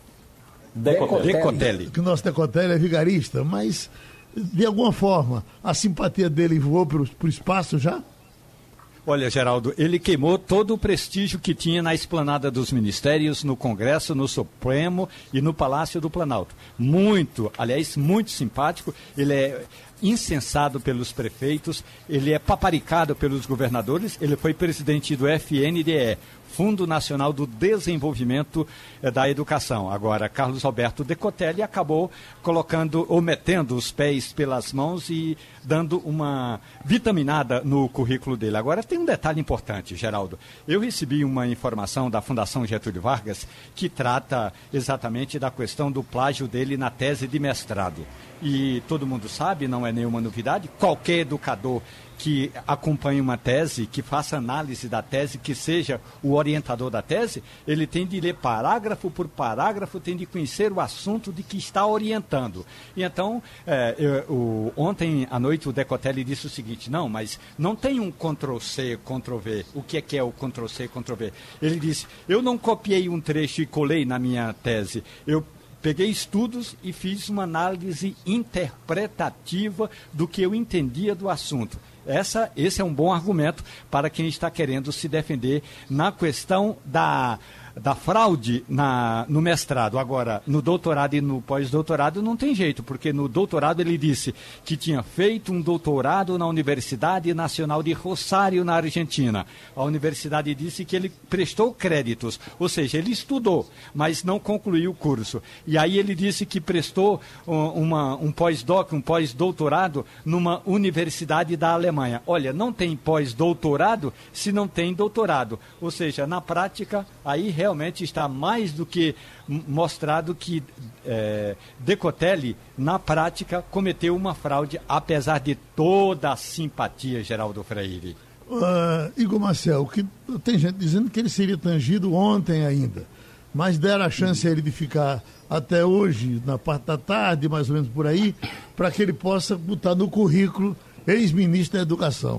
Decotelli. Que o nosso Decotelli é vigarista, mas de alguma forma a simpatia dele voou para o espaço já? Olha, Geraldo, ele queimou todo o prestígio que tinha na esplanada dos ministérios, no Congresso, no Supremo e no Palácio do Planalto. Muito simpático. Ele é incensado pelos prefeitos, ele é paparicado pelos governadores, ele foi presidente do FNDE, Fundo Nacional do Desenvolvimento da Educação. Agora, Carlos Alberto Decotelli acabou metendo os pés pelas mãos e dando uma vitaminada no currículo dele. Agora, tem um detalhe importante, Geraldo. Eu recebi uma informação da Fundação Getúlio Vargas que trata exatamente da questão do plágio dele na tese de mestrado. E todo mundo sabe, não é nenhuma novidade, qualquer educador que acompanhe uma tese, que faça análise da tese, que seja o orientador da tese, ele tem de ler parágrafo por parágrafo, tem de conhecer o assunto de que está orientando. E então, ontem à noite o Decotelli disse o seguinte, não, mas não tem um Ctrl-C, Ctrl-V. O que é o Ctrl-C, Ctrl-V? Ele disse, eu não copiei um trecho e colei na minha tese, eu peguei estudos e fiz uma análise interpretativa do que eu entendia do assunto. Esse é um bom argumento para quem está querendo se defender na questão da fraude no mestrado. Agora, no doutorado e no pós-doutorado não tem jeito, porque no doutorado ele disse que tinha feito um doutorado na Universidade Nacional de Rosário, na Argentina. A universidade disse que ele prestou créditos, ou seja, ele estudou, mas não concluiu o curso. E aí ele disse que prestou um pós-doc, um pós-doutorado numa universidade da Alemanha. Olha, não tem pós-doutorado se não tem doutorado. Ou seja, na prática, aí realmente está mais do que mostrado que Decotelli, na prática, cometeu uma fraude, apesar de toda a simpatia, Geraldo Freire. Igor Marcel, tem gente dizendo que ele seria tangido ontem ainda, mas deram a chance a ele de ficar até hoje, na parte da tarde, mais ou menos por aí, para que ele possa botar no currículo ex-ministro da Educação.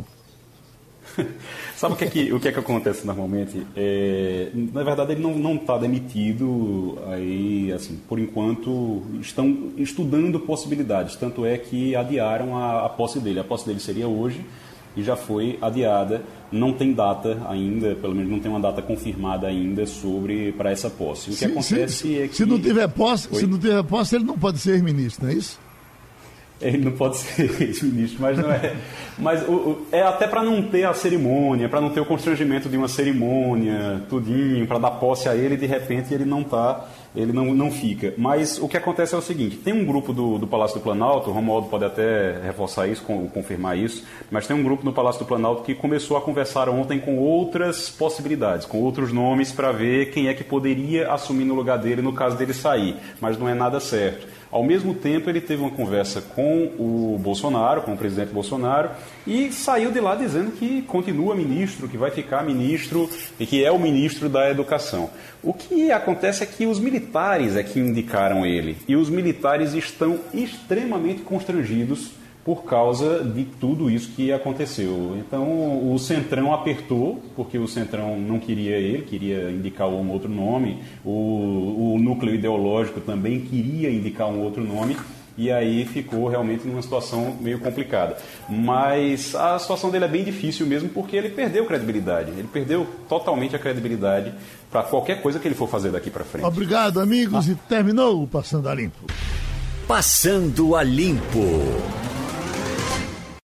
Sabe o que é que acontece normalmente? Na verdade, ele não está demitido, aí, assim, por enquanto estão estudando possibilidades, tanto é que adiaram a posse dele. A posse dele seria hoje, e já foi adiada. Não tem data ainda, pelo menos não tem uma data confirmada ainda para essa posse. O que acontece é que... Se não tiver posse, ele não pode ser ministro, não é isso? Ele não pode ser ex-ministro, mas não é. Mas é até para não ter a cerimônia, para não ter o constrangimento de uma cerimônia, tudinho, para dar posse a ele e de repente ele não fica. Mas o que acontece é o seguinte: tem um grupo do Palácio do Planalto, o Romualdo pode até reforçar isso, confirmar isso, mas tem um grupo no Palácio do Planalto que começou a conversar ontem com outras possibilidades, com outros nomes, para ver quem é que poderia assumir no lugar dele no caso dele sair, mas não é nada certo. Ao mesmo tempo, ele teve uma conversa com o Bolsonaro, com o presidente Bolsonaro, e saiu de lá dizendo que continua ministro, que vai ficar ministro e que é o ministro da Educação. O que acontece é que os militares é que indicaram ele, e os militares estão extremamente constrangidos por causa de tudo isso que aconteceu. Então, o Centrão apertou, porque o Centrão não queria ele, queria indicar um outro nome. O núcleo ideológico também queria indicar um outro nome, e aí ficou realmente numa situação meio complicada. Mas a situação dele é bem difícil mesmo, porque ele perdeu credibilidade. Ele perdeu totalmente a credibilidade para qualquer coisa que ele for fazer daqui para frente. Obrigado, amigos, e terminou o Passando a Limpo. Passando a Limpo.